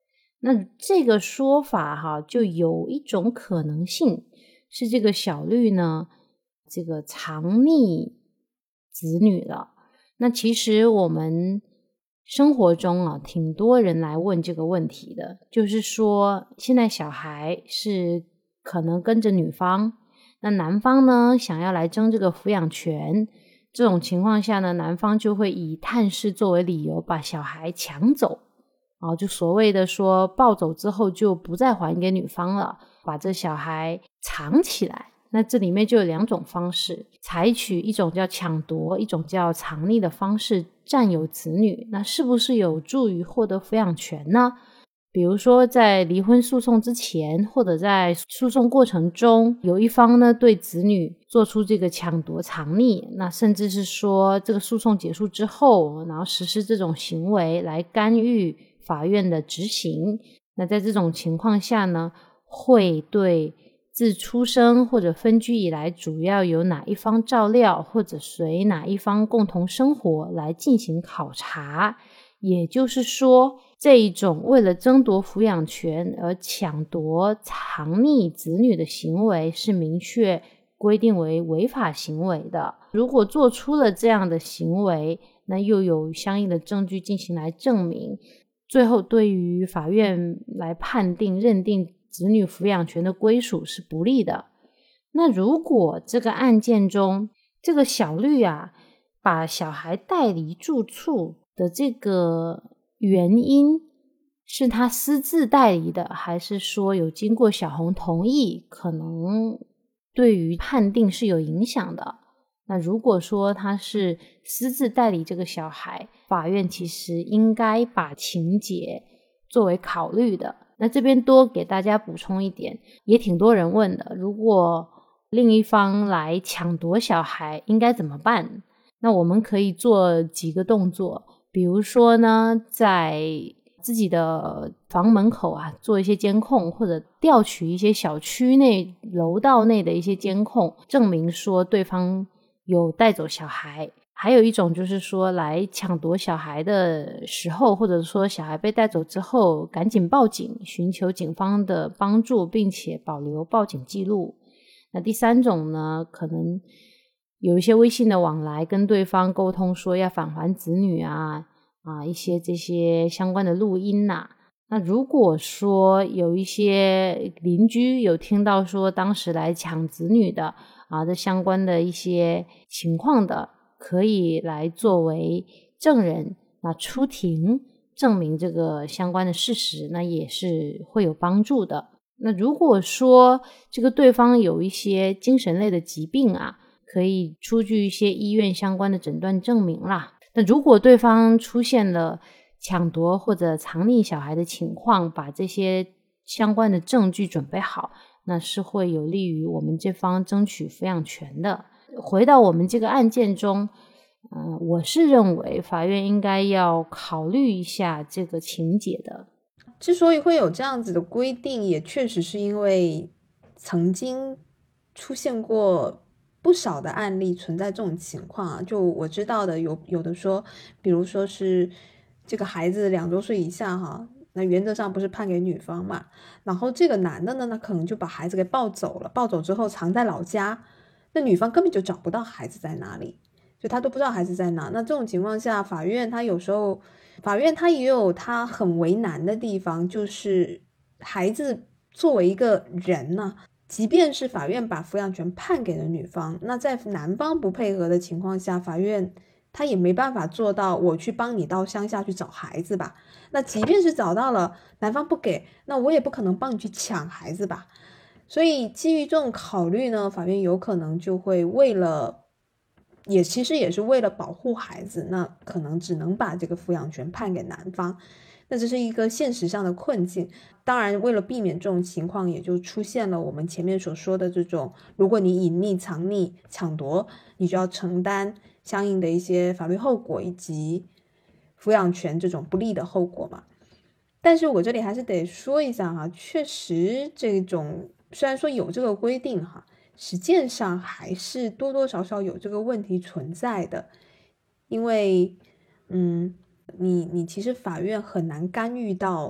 那这个说法就有一种可能性是这个小绿呢，这个藏匿子女了。那其实我们生活中挺多人来问这个问题的，就是说现在小孩是可能跟着女方，那男方呢想要来争这个抚养权，这种情况下呢，男方就会以探视作为理由把小孩抢走，就所谓的说抱走之后就不再还给女方了，把这小孩藏起来。那这里面就有2种方式，采取一种叫抢夺，一种叫藏匿的方式占有子女，那是不是有助于获得抚养权呢？比如说在离婚诉讼之前，或者在诉讼过程中，有一方呢对子女做出这个抢夺藏匿，那甚至是说这个诉讼结束之后，然后实施这种行为来干预法院的执行。那在这种情况下呢，会对自出生或者分居以来主要由哪一方照料，或者随哪一方共同生活来进行考察。也就是说，这一种为了争夺抚养权而抢夺藏匿子女的行为是明确规定为违法行为的。如果做出了这样的行为，那又有相应的证据进行来证明，最后对于法院来判定认定子女抚养权的归属是不利的。那如果这个案件中这个小绿把小孩带离住处的这个原因是他私自带离的，还是说有经过小红同意，可能对于判定是有影响的。那如果说他是私自带离这个小孩，法院其实应该把情节作为考虑的。那这边多给大家补充一点，也挺多人问的，如果另一方来抢夺小孩应该怎么办？那我们可以做几个动作，比如说呢，在自己的房门口做一些监控，或者调取一些小区内楼道内的一些监控，证明说对方有带走小孩。还有一种就是说，来抢夺小孩的时候，或者说小孩被带走之后，赶紧报警，寻求警方的帮助，并且保留报警记录。那第3种呢，可能有一些微信的往来，跟对方沟通说要返还子女一些这些相关的录音那如果说有一些邻居有听到说当时来抢子女的这相关的一些情况的，可以来作为证人，那出庭证明这个相关的事实，那也是会有帮助的。那如果说这个对方有一些精神类的疾病可以出具一些医院相关的诊断证明啦。那如果对方出现了抢夺或者藏匿小孩的情况，把这些相关的证据准备好，那是会有利于我们这方争取抚养权的。回到我们这个案件中，我是认为法院应该要考虑一下这个情节的。 之所以会有这样子的规定，也确实是因为曾经出现过不少的案例存在这种情况就我知道的有的说，比如说是这个孩子2周岁以下那原则上不是判给女方嘛，然后这个男的呢，那可能就把孩子给抱走了，抱走之后藏在老家，那女方根本就找不到孩子在哪里，就他都不知道孩子在哪。那这种情况下，法院他也有他很为难的地方，就是孩子作为一个人即便是法院把抚养权判给了女方，那在男方不配合的情况下，法院他也没办法做到我去帮你到乡下去找孩子吧。那即便是找到了，男方不给，那我也不可能帮你去抢孩子吧。所以基于这种考虑呢，法院有可能就会其实也是为了保护孩子，那可能只能把这个抚养权判给男方。那这是一个现实上的困境。当然为了避免这种情况，也就出现了我们前面所说的这种，如果你隐匿、藏匿、抢夺，你就要承担相应的一些法律后果以及抚养权这种不利的后果嘛。但是我这里还是得说一下确实这种虽然说有这个规定实践上还是多多少少有这个问题存在的。因为你其实法院很难干预到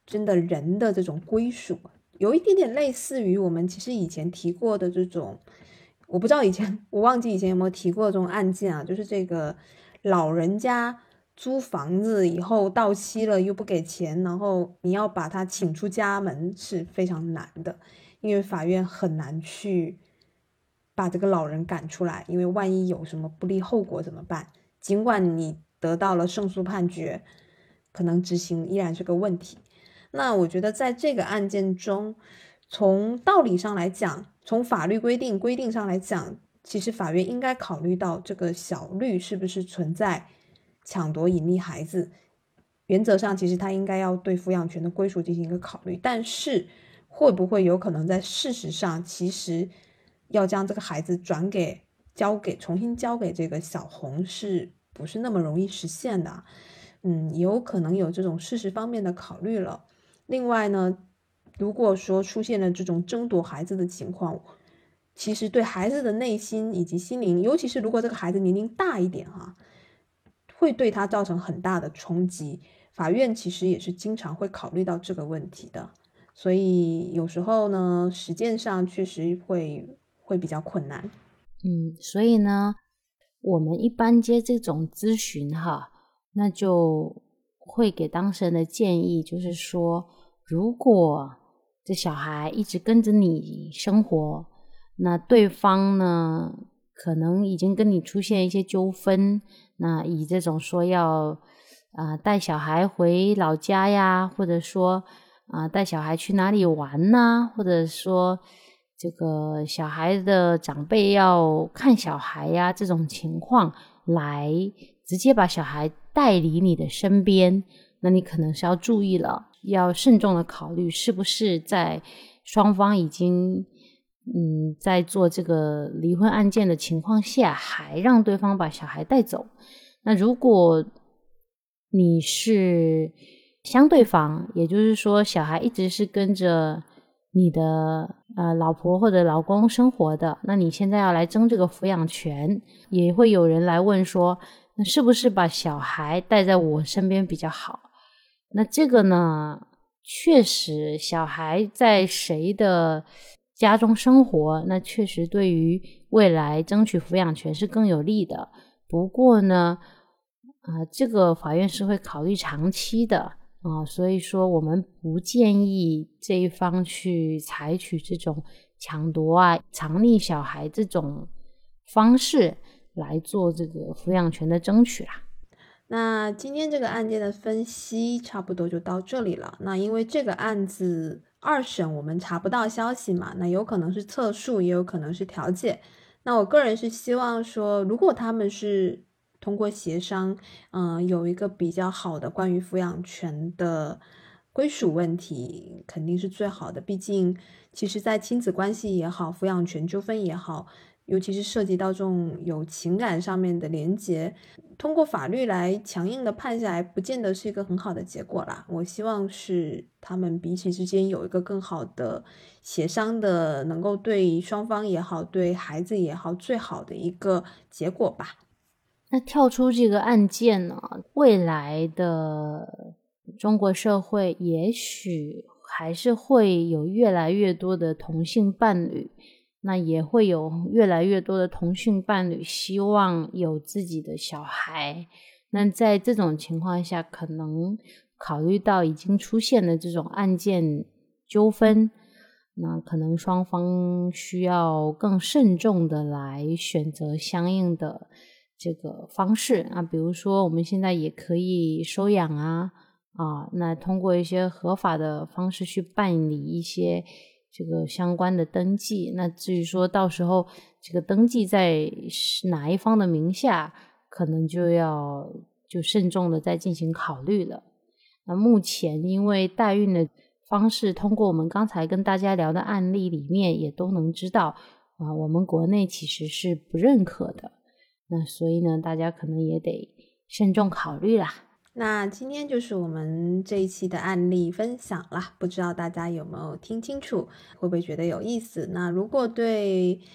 真的人的这种归属，有一点点类似于我们其实以前提过的这种，我不知道我忘记以前有没有提过这种案件啊，就是这个老人家租房子以后到期了又不给钱，然后你要把他请出家门是非常难的，因为法院很难去把这个老人赶出来，因为万一有什么不利后果怎么办？尽管你得到了胜诉判决，可能执行依然是个问题。那我觉得在这个案件中，从道理上来讲，从法律规定上来讲，其实法院应该考虑到这个小绿是不是存在抢夺隐匿孩子，原则上其实他应该要对抚养权的归属进行一个考虑，但是会不会有可能在事实上其实要将这个孩子重新交给这个小红是不是那么容易实现的？有可能有这种事实方面的考虑了。另外呢，如果说出现了这种争夺孩子的情况，其实对孩子的内心以及心灵，尤其是如果这个孩子年龄大一点会对他造成很大的冲击。法院其实也是经常会考虑到这个问题的，所以有时候呢，实践上确实会比较困难。 所以呢，我们一般接这种咨询那就会给当事人的建议就是说，如果这小孩一直跟着你生活，那对方呢可能已经跟你出现一些纠纷，那以这种说要带小孩回老家呀，或者说带小孩去哪里玩呐，或者说这个小孩的长辈要看小孩呀，这种情况来直接把小孩带离你的身边，那你可能是要注意了，要慎重的考虑是不是在双方已经在做这个离婚案件的情况下还让对方把小孩带走。那如果你是相对方，也就是说小孩一直是跟着你的老婆或者老公生活的，那你现在要来争这个抚养权，也会有人来问说，那是不是把小孩带在我身边比较好？那这个呢，确实小孩在谁的家中生活，那确实对于未来争取抚养权是更有利的。不过呢这个法院是会考虑长期的所以说我们不建议这一方去采取这种抢夺藏匿小孩这种方式来做这个抚养权的争取啦。 那今天这个案件的分析差不多就到这里了。那因为这个案子二审我们查不到消息嘛，那有可能是测诉，也有可能是调解。那我个人是希望说，如果他们是通过协商有一个比较好的关于抚养权的归属问题，肯定是最好的。毕竟其实在亲子关系也好，抚养权纠纷也好，尤其是涉及到这种有情感上面的连结，通过法律来强硬的判下来不见得是一个很好的结果啦。我希望是他们彼此之间有一个更好的协商的，能够对双方也好，对孩子也好，最好的一个结果吧。 那跳出这个案件呢，未来的中国社会也许还是会有越来越多的同性伴侣，那也会有越来越多的同性伴侣希望有自己的小孩。那在这种情况下，可能考虑到已经出现的这种案件纠纷，那可能双方需要更慎重的来选择相应的这个方式比如说我们现在也可以收养那通过一些合法的方式去办理一些这个相关的登记。那至于说到时候这个登记在哪一方的名下，可能就慎重的再进行考虑了。那目前因为代孕的方式，通过我们刚才跟大家聊的案例里面也都能知道我们国内其实是不认可的。那所以呢，大家可能也得慎重考虑啦。 那今天就是我们这一期的案例分享啦，不知道大家有没有听清楚，会不会觉得有意思？那如果对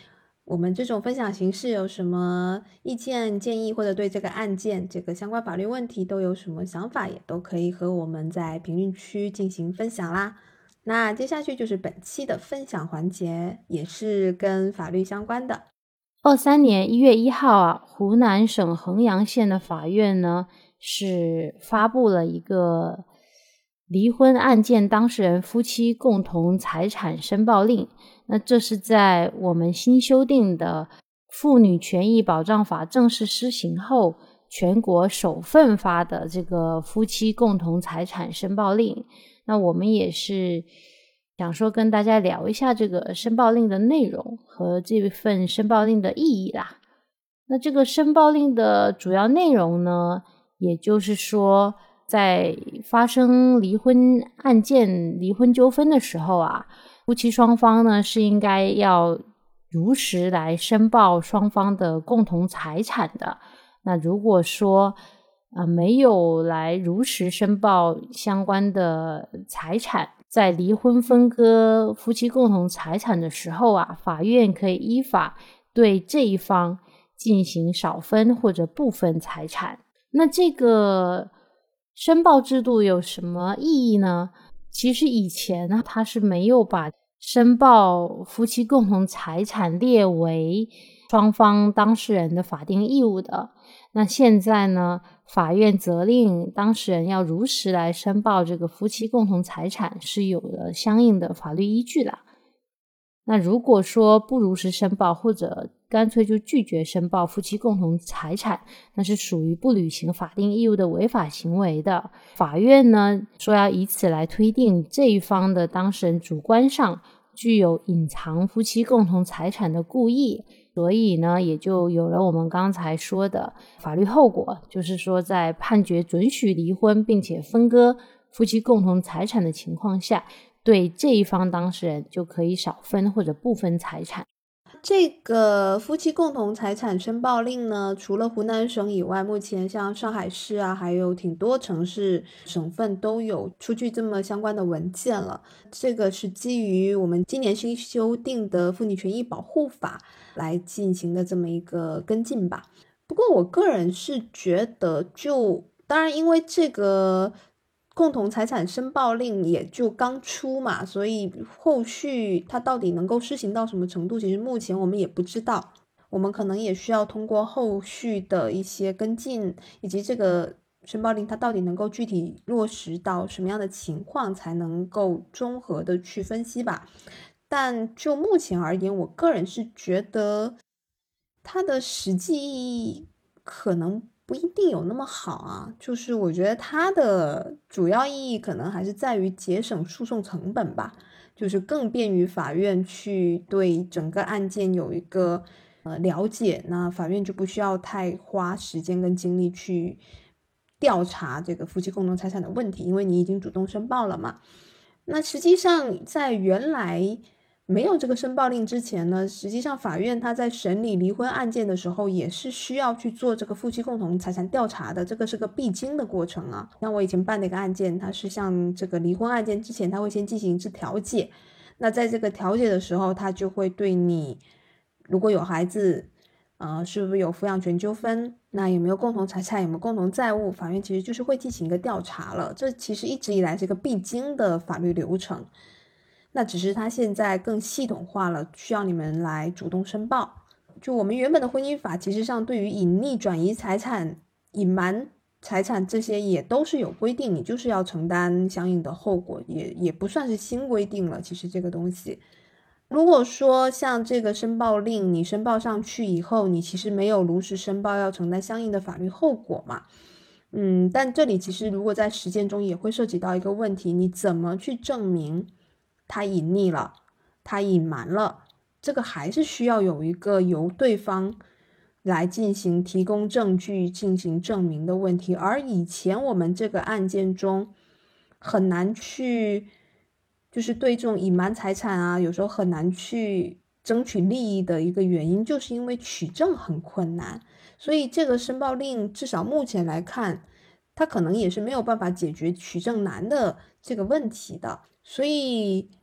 我们这种分享形式有什么意见建议，或者对这个案件这个相关法律问题都有什么想法，也都可以和我们在评论区进行分享啦。那接下去就是本期的分享环节，也是跟法律相关的。 23年1月1号啊，湖南省衡阳县的法院呢是发布了一个离婚案件当事人夫妻共同财产申报令。那这是在我们新修订的妇女权益保障法正式施行后，全国首份发的这个夫妻共同财产申报令。那我们也是想说跟大家聊一下这个申报令的内容和这份申报令的意义啦。那这个申报令的主要内容呢，也就是说在发生离婚案件、离婚纠纷的时候啊，夫妻双方呢是应该要如实来申报双方的共同财产的。那如果说没有来如实申报相关的财产，在离婚分割夫妻共同财产的时候啊，法院可以依法对这一方进行少分或者不分财产。那这个申报制度有什么意义呢？其实以前呢，它是没有把申报夫妻共同财产列为双方当事人的法定义务的。那现在呢，法院责令当事人要如实来申报这个夫妻共同财产，是有了相应的法律依据的。那如果说不如实申报，或者干脆就拒绝申报夫妻共同财产，那是属于不履行法定义务的违法行为的。法院呢说要以此来推定这一方的当事人主观上具有隐藏夫妻共同财产的故意，所以呢也就有了我们刚才说的法律后果，就是说在判决准许离婚并且分割夫妻共同财产的情况下，对这一方当事人就可以少分或者不分财产。 这个夫妻共同财产申报令呢，除了湖南省以外，目前像上海市啊，还有挺多城市省份都有出具这么相关的文件了。这个是基于我们今年新修订的妇女权益保护法来进行的这么一个跟进吧。不过我个人是觉得当然因为这个共同财产申报令也就刚出嘛，所以后续它到底能够施行到什么程度，其实目前我们也不知道。我们可能也需要通过后续的一些跟进，以及这个申报令它到底能够具体落实到什么样的情况，才能够综合的去分析吧。但就目前而言，我个人是觉得它的实际意义可能不一定有那么好啊，就是我觉得它的主要意义可能还是在于节省诉讼成本吧，就是更便于法院去对整个案件有一个了解，那法院就不需要太花时间跟精力去调查这个夫妻共同财产的问题，因为你已经主动申报了嘛。那实际上在原来没有这个申报令之前呢，实际上法院他在审理离婚案件的时候也是需要去做这个夫妻共同财产调查的，这个是个必经的过程啊。像我以前办的一个案件，它是像这个离婚案件之前，他会先进行一次调解，那在这个调解的时候，他就会对你如果有孩子是不是有抚养权纠纷，那有没有共同财产，有没有共同债务，法院其实就是会进行一个调查了。这其实一直以来是一个必经的法律流程，那只是它现在更系统化了，需要你们来主动申报。就我们原本的婚姻法其实上对于隐匿、转移财产、隐瞒财产这些也都是有规定，你就是要承担相应的后果，也不算是新规定了。其实这个东西如果说像这个申报令你申报上去以后，你其实没有如实申报，要承担相应的法律后果嘛。但这里其实如果在实践中也会涉及到一个问题，你怎么去证明他隐匿了，他隐瞒了，这个还是需要有一个由对方来进行提供证据进行证明的问题。而以前我们这个案件中很难去就是对这种隐瞒财产啊，有时候很难去争取利益的一个原因，就是因为取证很困难。所以这个申报令至少目前来看，它可能也是没有办法解决取证难的这个问题的。所以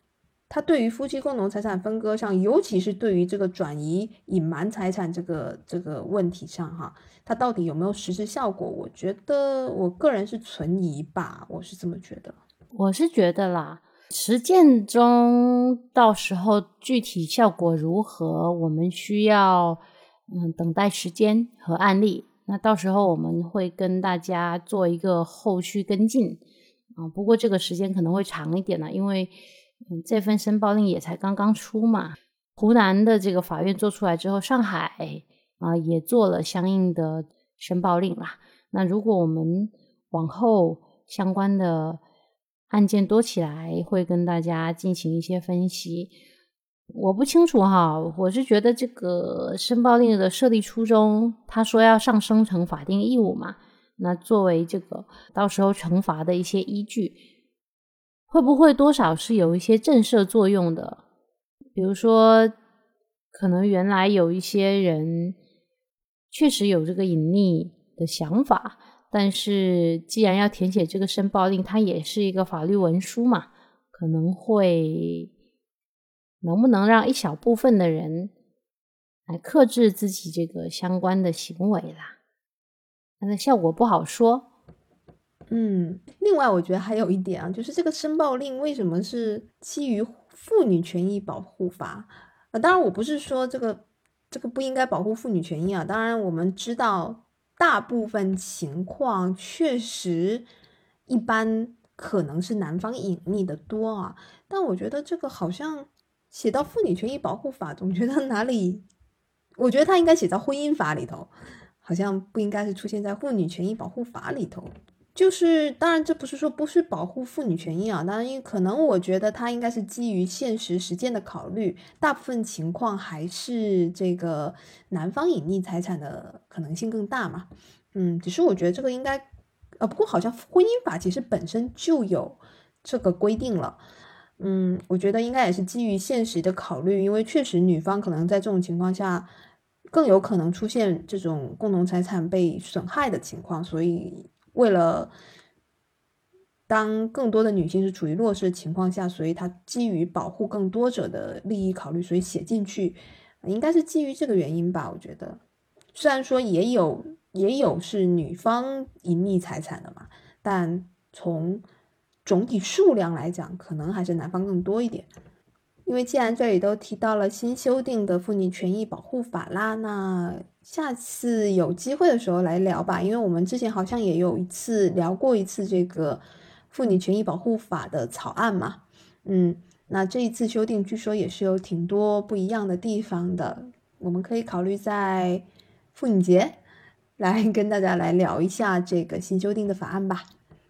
它对于夫妻共同财产分割上，尤其是对于这个转移隐瞒财产这个问题上哈，它到底有没有实质效果？我觉得我个人是存疑吧，我是这么觉得。 我是觉得啦，实践中到时候具体效果如何，我们需要等待时间和案例。那到时候我们会跟大家做一个后续跟进不过这个时间可能会长一点了，因为这份申报令也才刚刚出嘛。湖南的这个法院做出来之后，上海也做了相应的申报令啦。那如果我们往后相关的案件多起来，会跟大家进行一些分析。我不清楚哈，我是觉得这个申报令的设立初衷，他说要上升成法定义务嘛，那作为这个到时候惩罚的一些依据，会不会多少是有一些震慑作用的？比如说可能原来有一些人确实有这个隐匿的想法，但是既然要填写这个申报令，它也是一个法律文书嘛，可能会能不能让一小部分的人来克制自己这个相关的行为啦，它的效果不好说。 另外我觉得还有一点啊，就是这个申报令为什么是基于妇女权益保护法？当然我不是说这个不应该保护妇女权益啊，当然我们知道大部分情况确实一般可能是男方隐匿的多啊，但我觉得这个好像写到妇女权益保护法，总觉得哪里，我觉得它应该写到婚姻法里头，好像不应该是出现在妇女权益保护法里头。就是当然这不是说不是保护妇女权益啊，当然可能我觉得它应该是基于现实实践的考虑，大部分情况还是这个男方隐匿财产的可能性更大嘛。只是我觉得这个应该不过好像婚姻法其实本身就有这个规定了。我觉得应该也是基于现实的考虑，因为确实女方可能在这种情况下更有可能出现这种共同财产被损害的情况，所以为了当更多的女性是处于弱势的情况下，所以它基于保护更多者的利益考虑，所以写进去应该是基于这个原因吧。我觉得虽然说也有是女方隐匿财产的嘛，但从总体数量来讲可能还是男方更多一点。因为既然这里都提到了新修订的妇女权益保护法啦，那下次有机会的时候来聊吧，因为我们之前好像也有聊过一次这个妇女权益保护法的草案嘛。那这一次修订据说也是有挺多不一样的地方的，我们可以考虑在妇女节来跟大家来聊一下这个新修订的法案吧。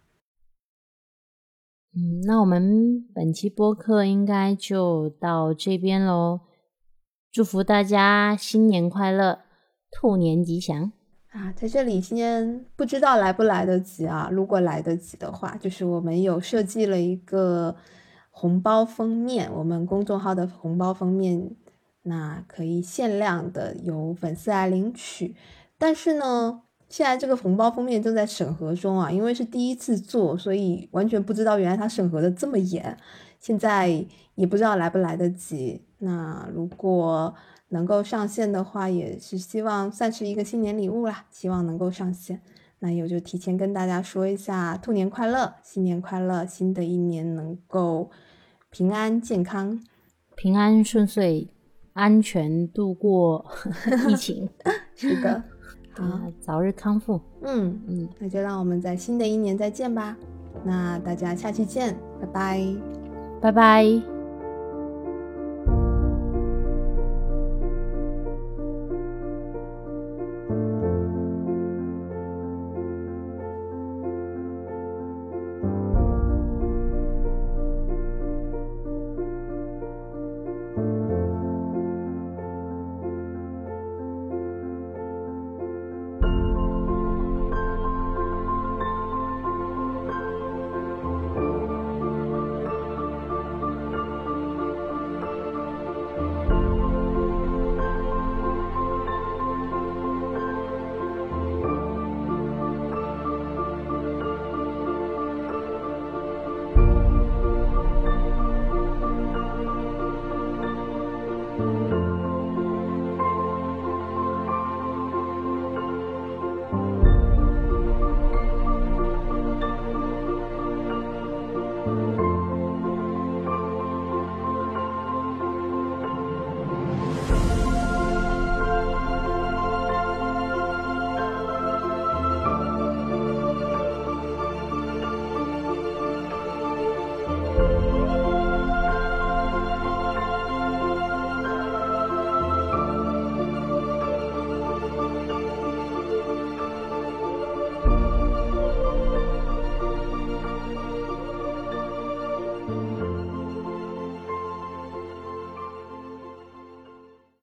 那我们本期播客应该就到这边咯，祝福大家新年快乐，兔年吉祥在这里先不知道来不来得及啊，如果来得及的话，就是我们有设计了一个红包封面，我们公众号的红包封面，那可以限量的由粉丝来领取，但是呢现在这个红包封面正在审核中啊，因为是第一次做，所以完全不知道原来它审核的这么严，现在也不知道来不来得及。那如果能够上线的话，也是希望算是一个新年礼物啦，希望能够上线。那也就提前跟大家说一下，兔年快乐，新年快乐，新的一年能够平安健康， 平安顺遂，安全度过疫情是的好， 早日康复。 那就让我们在新的一年再见吧。那大家下期见，拜拜， 拜拜。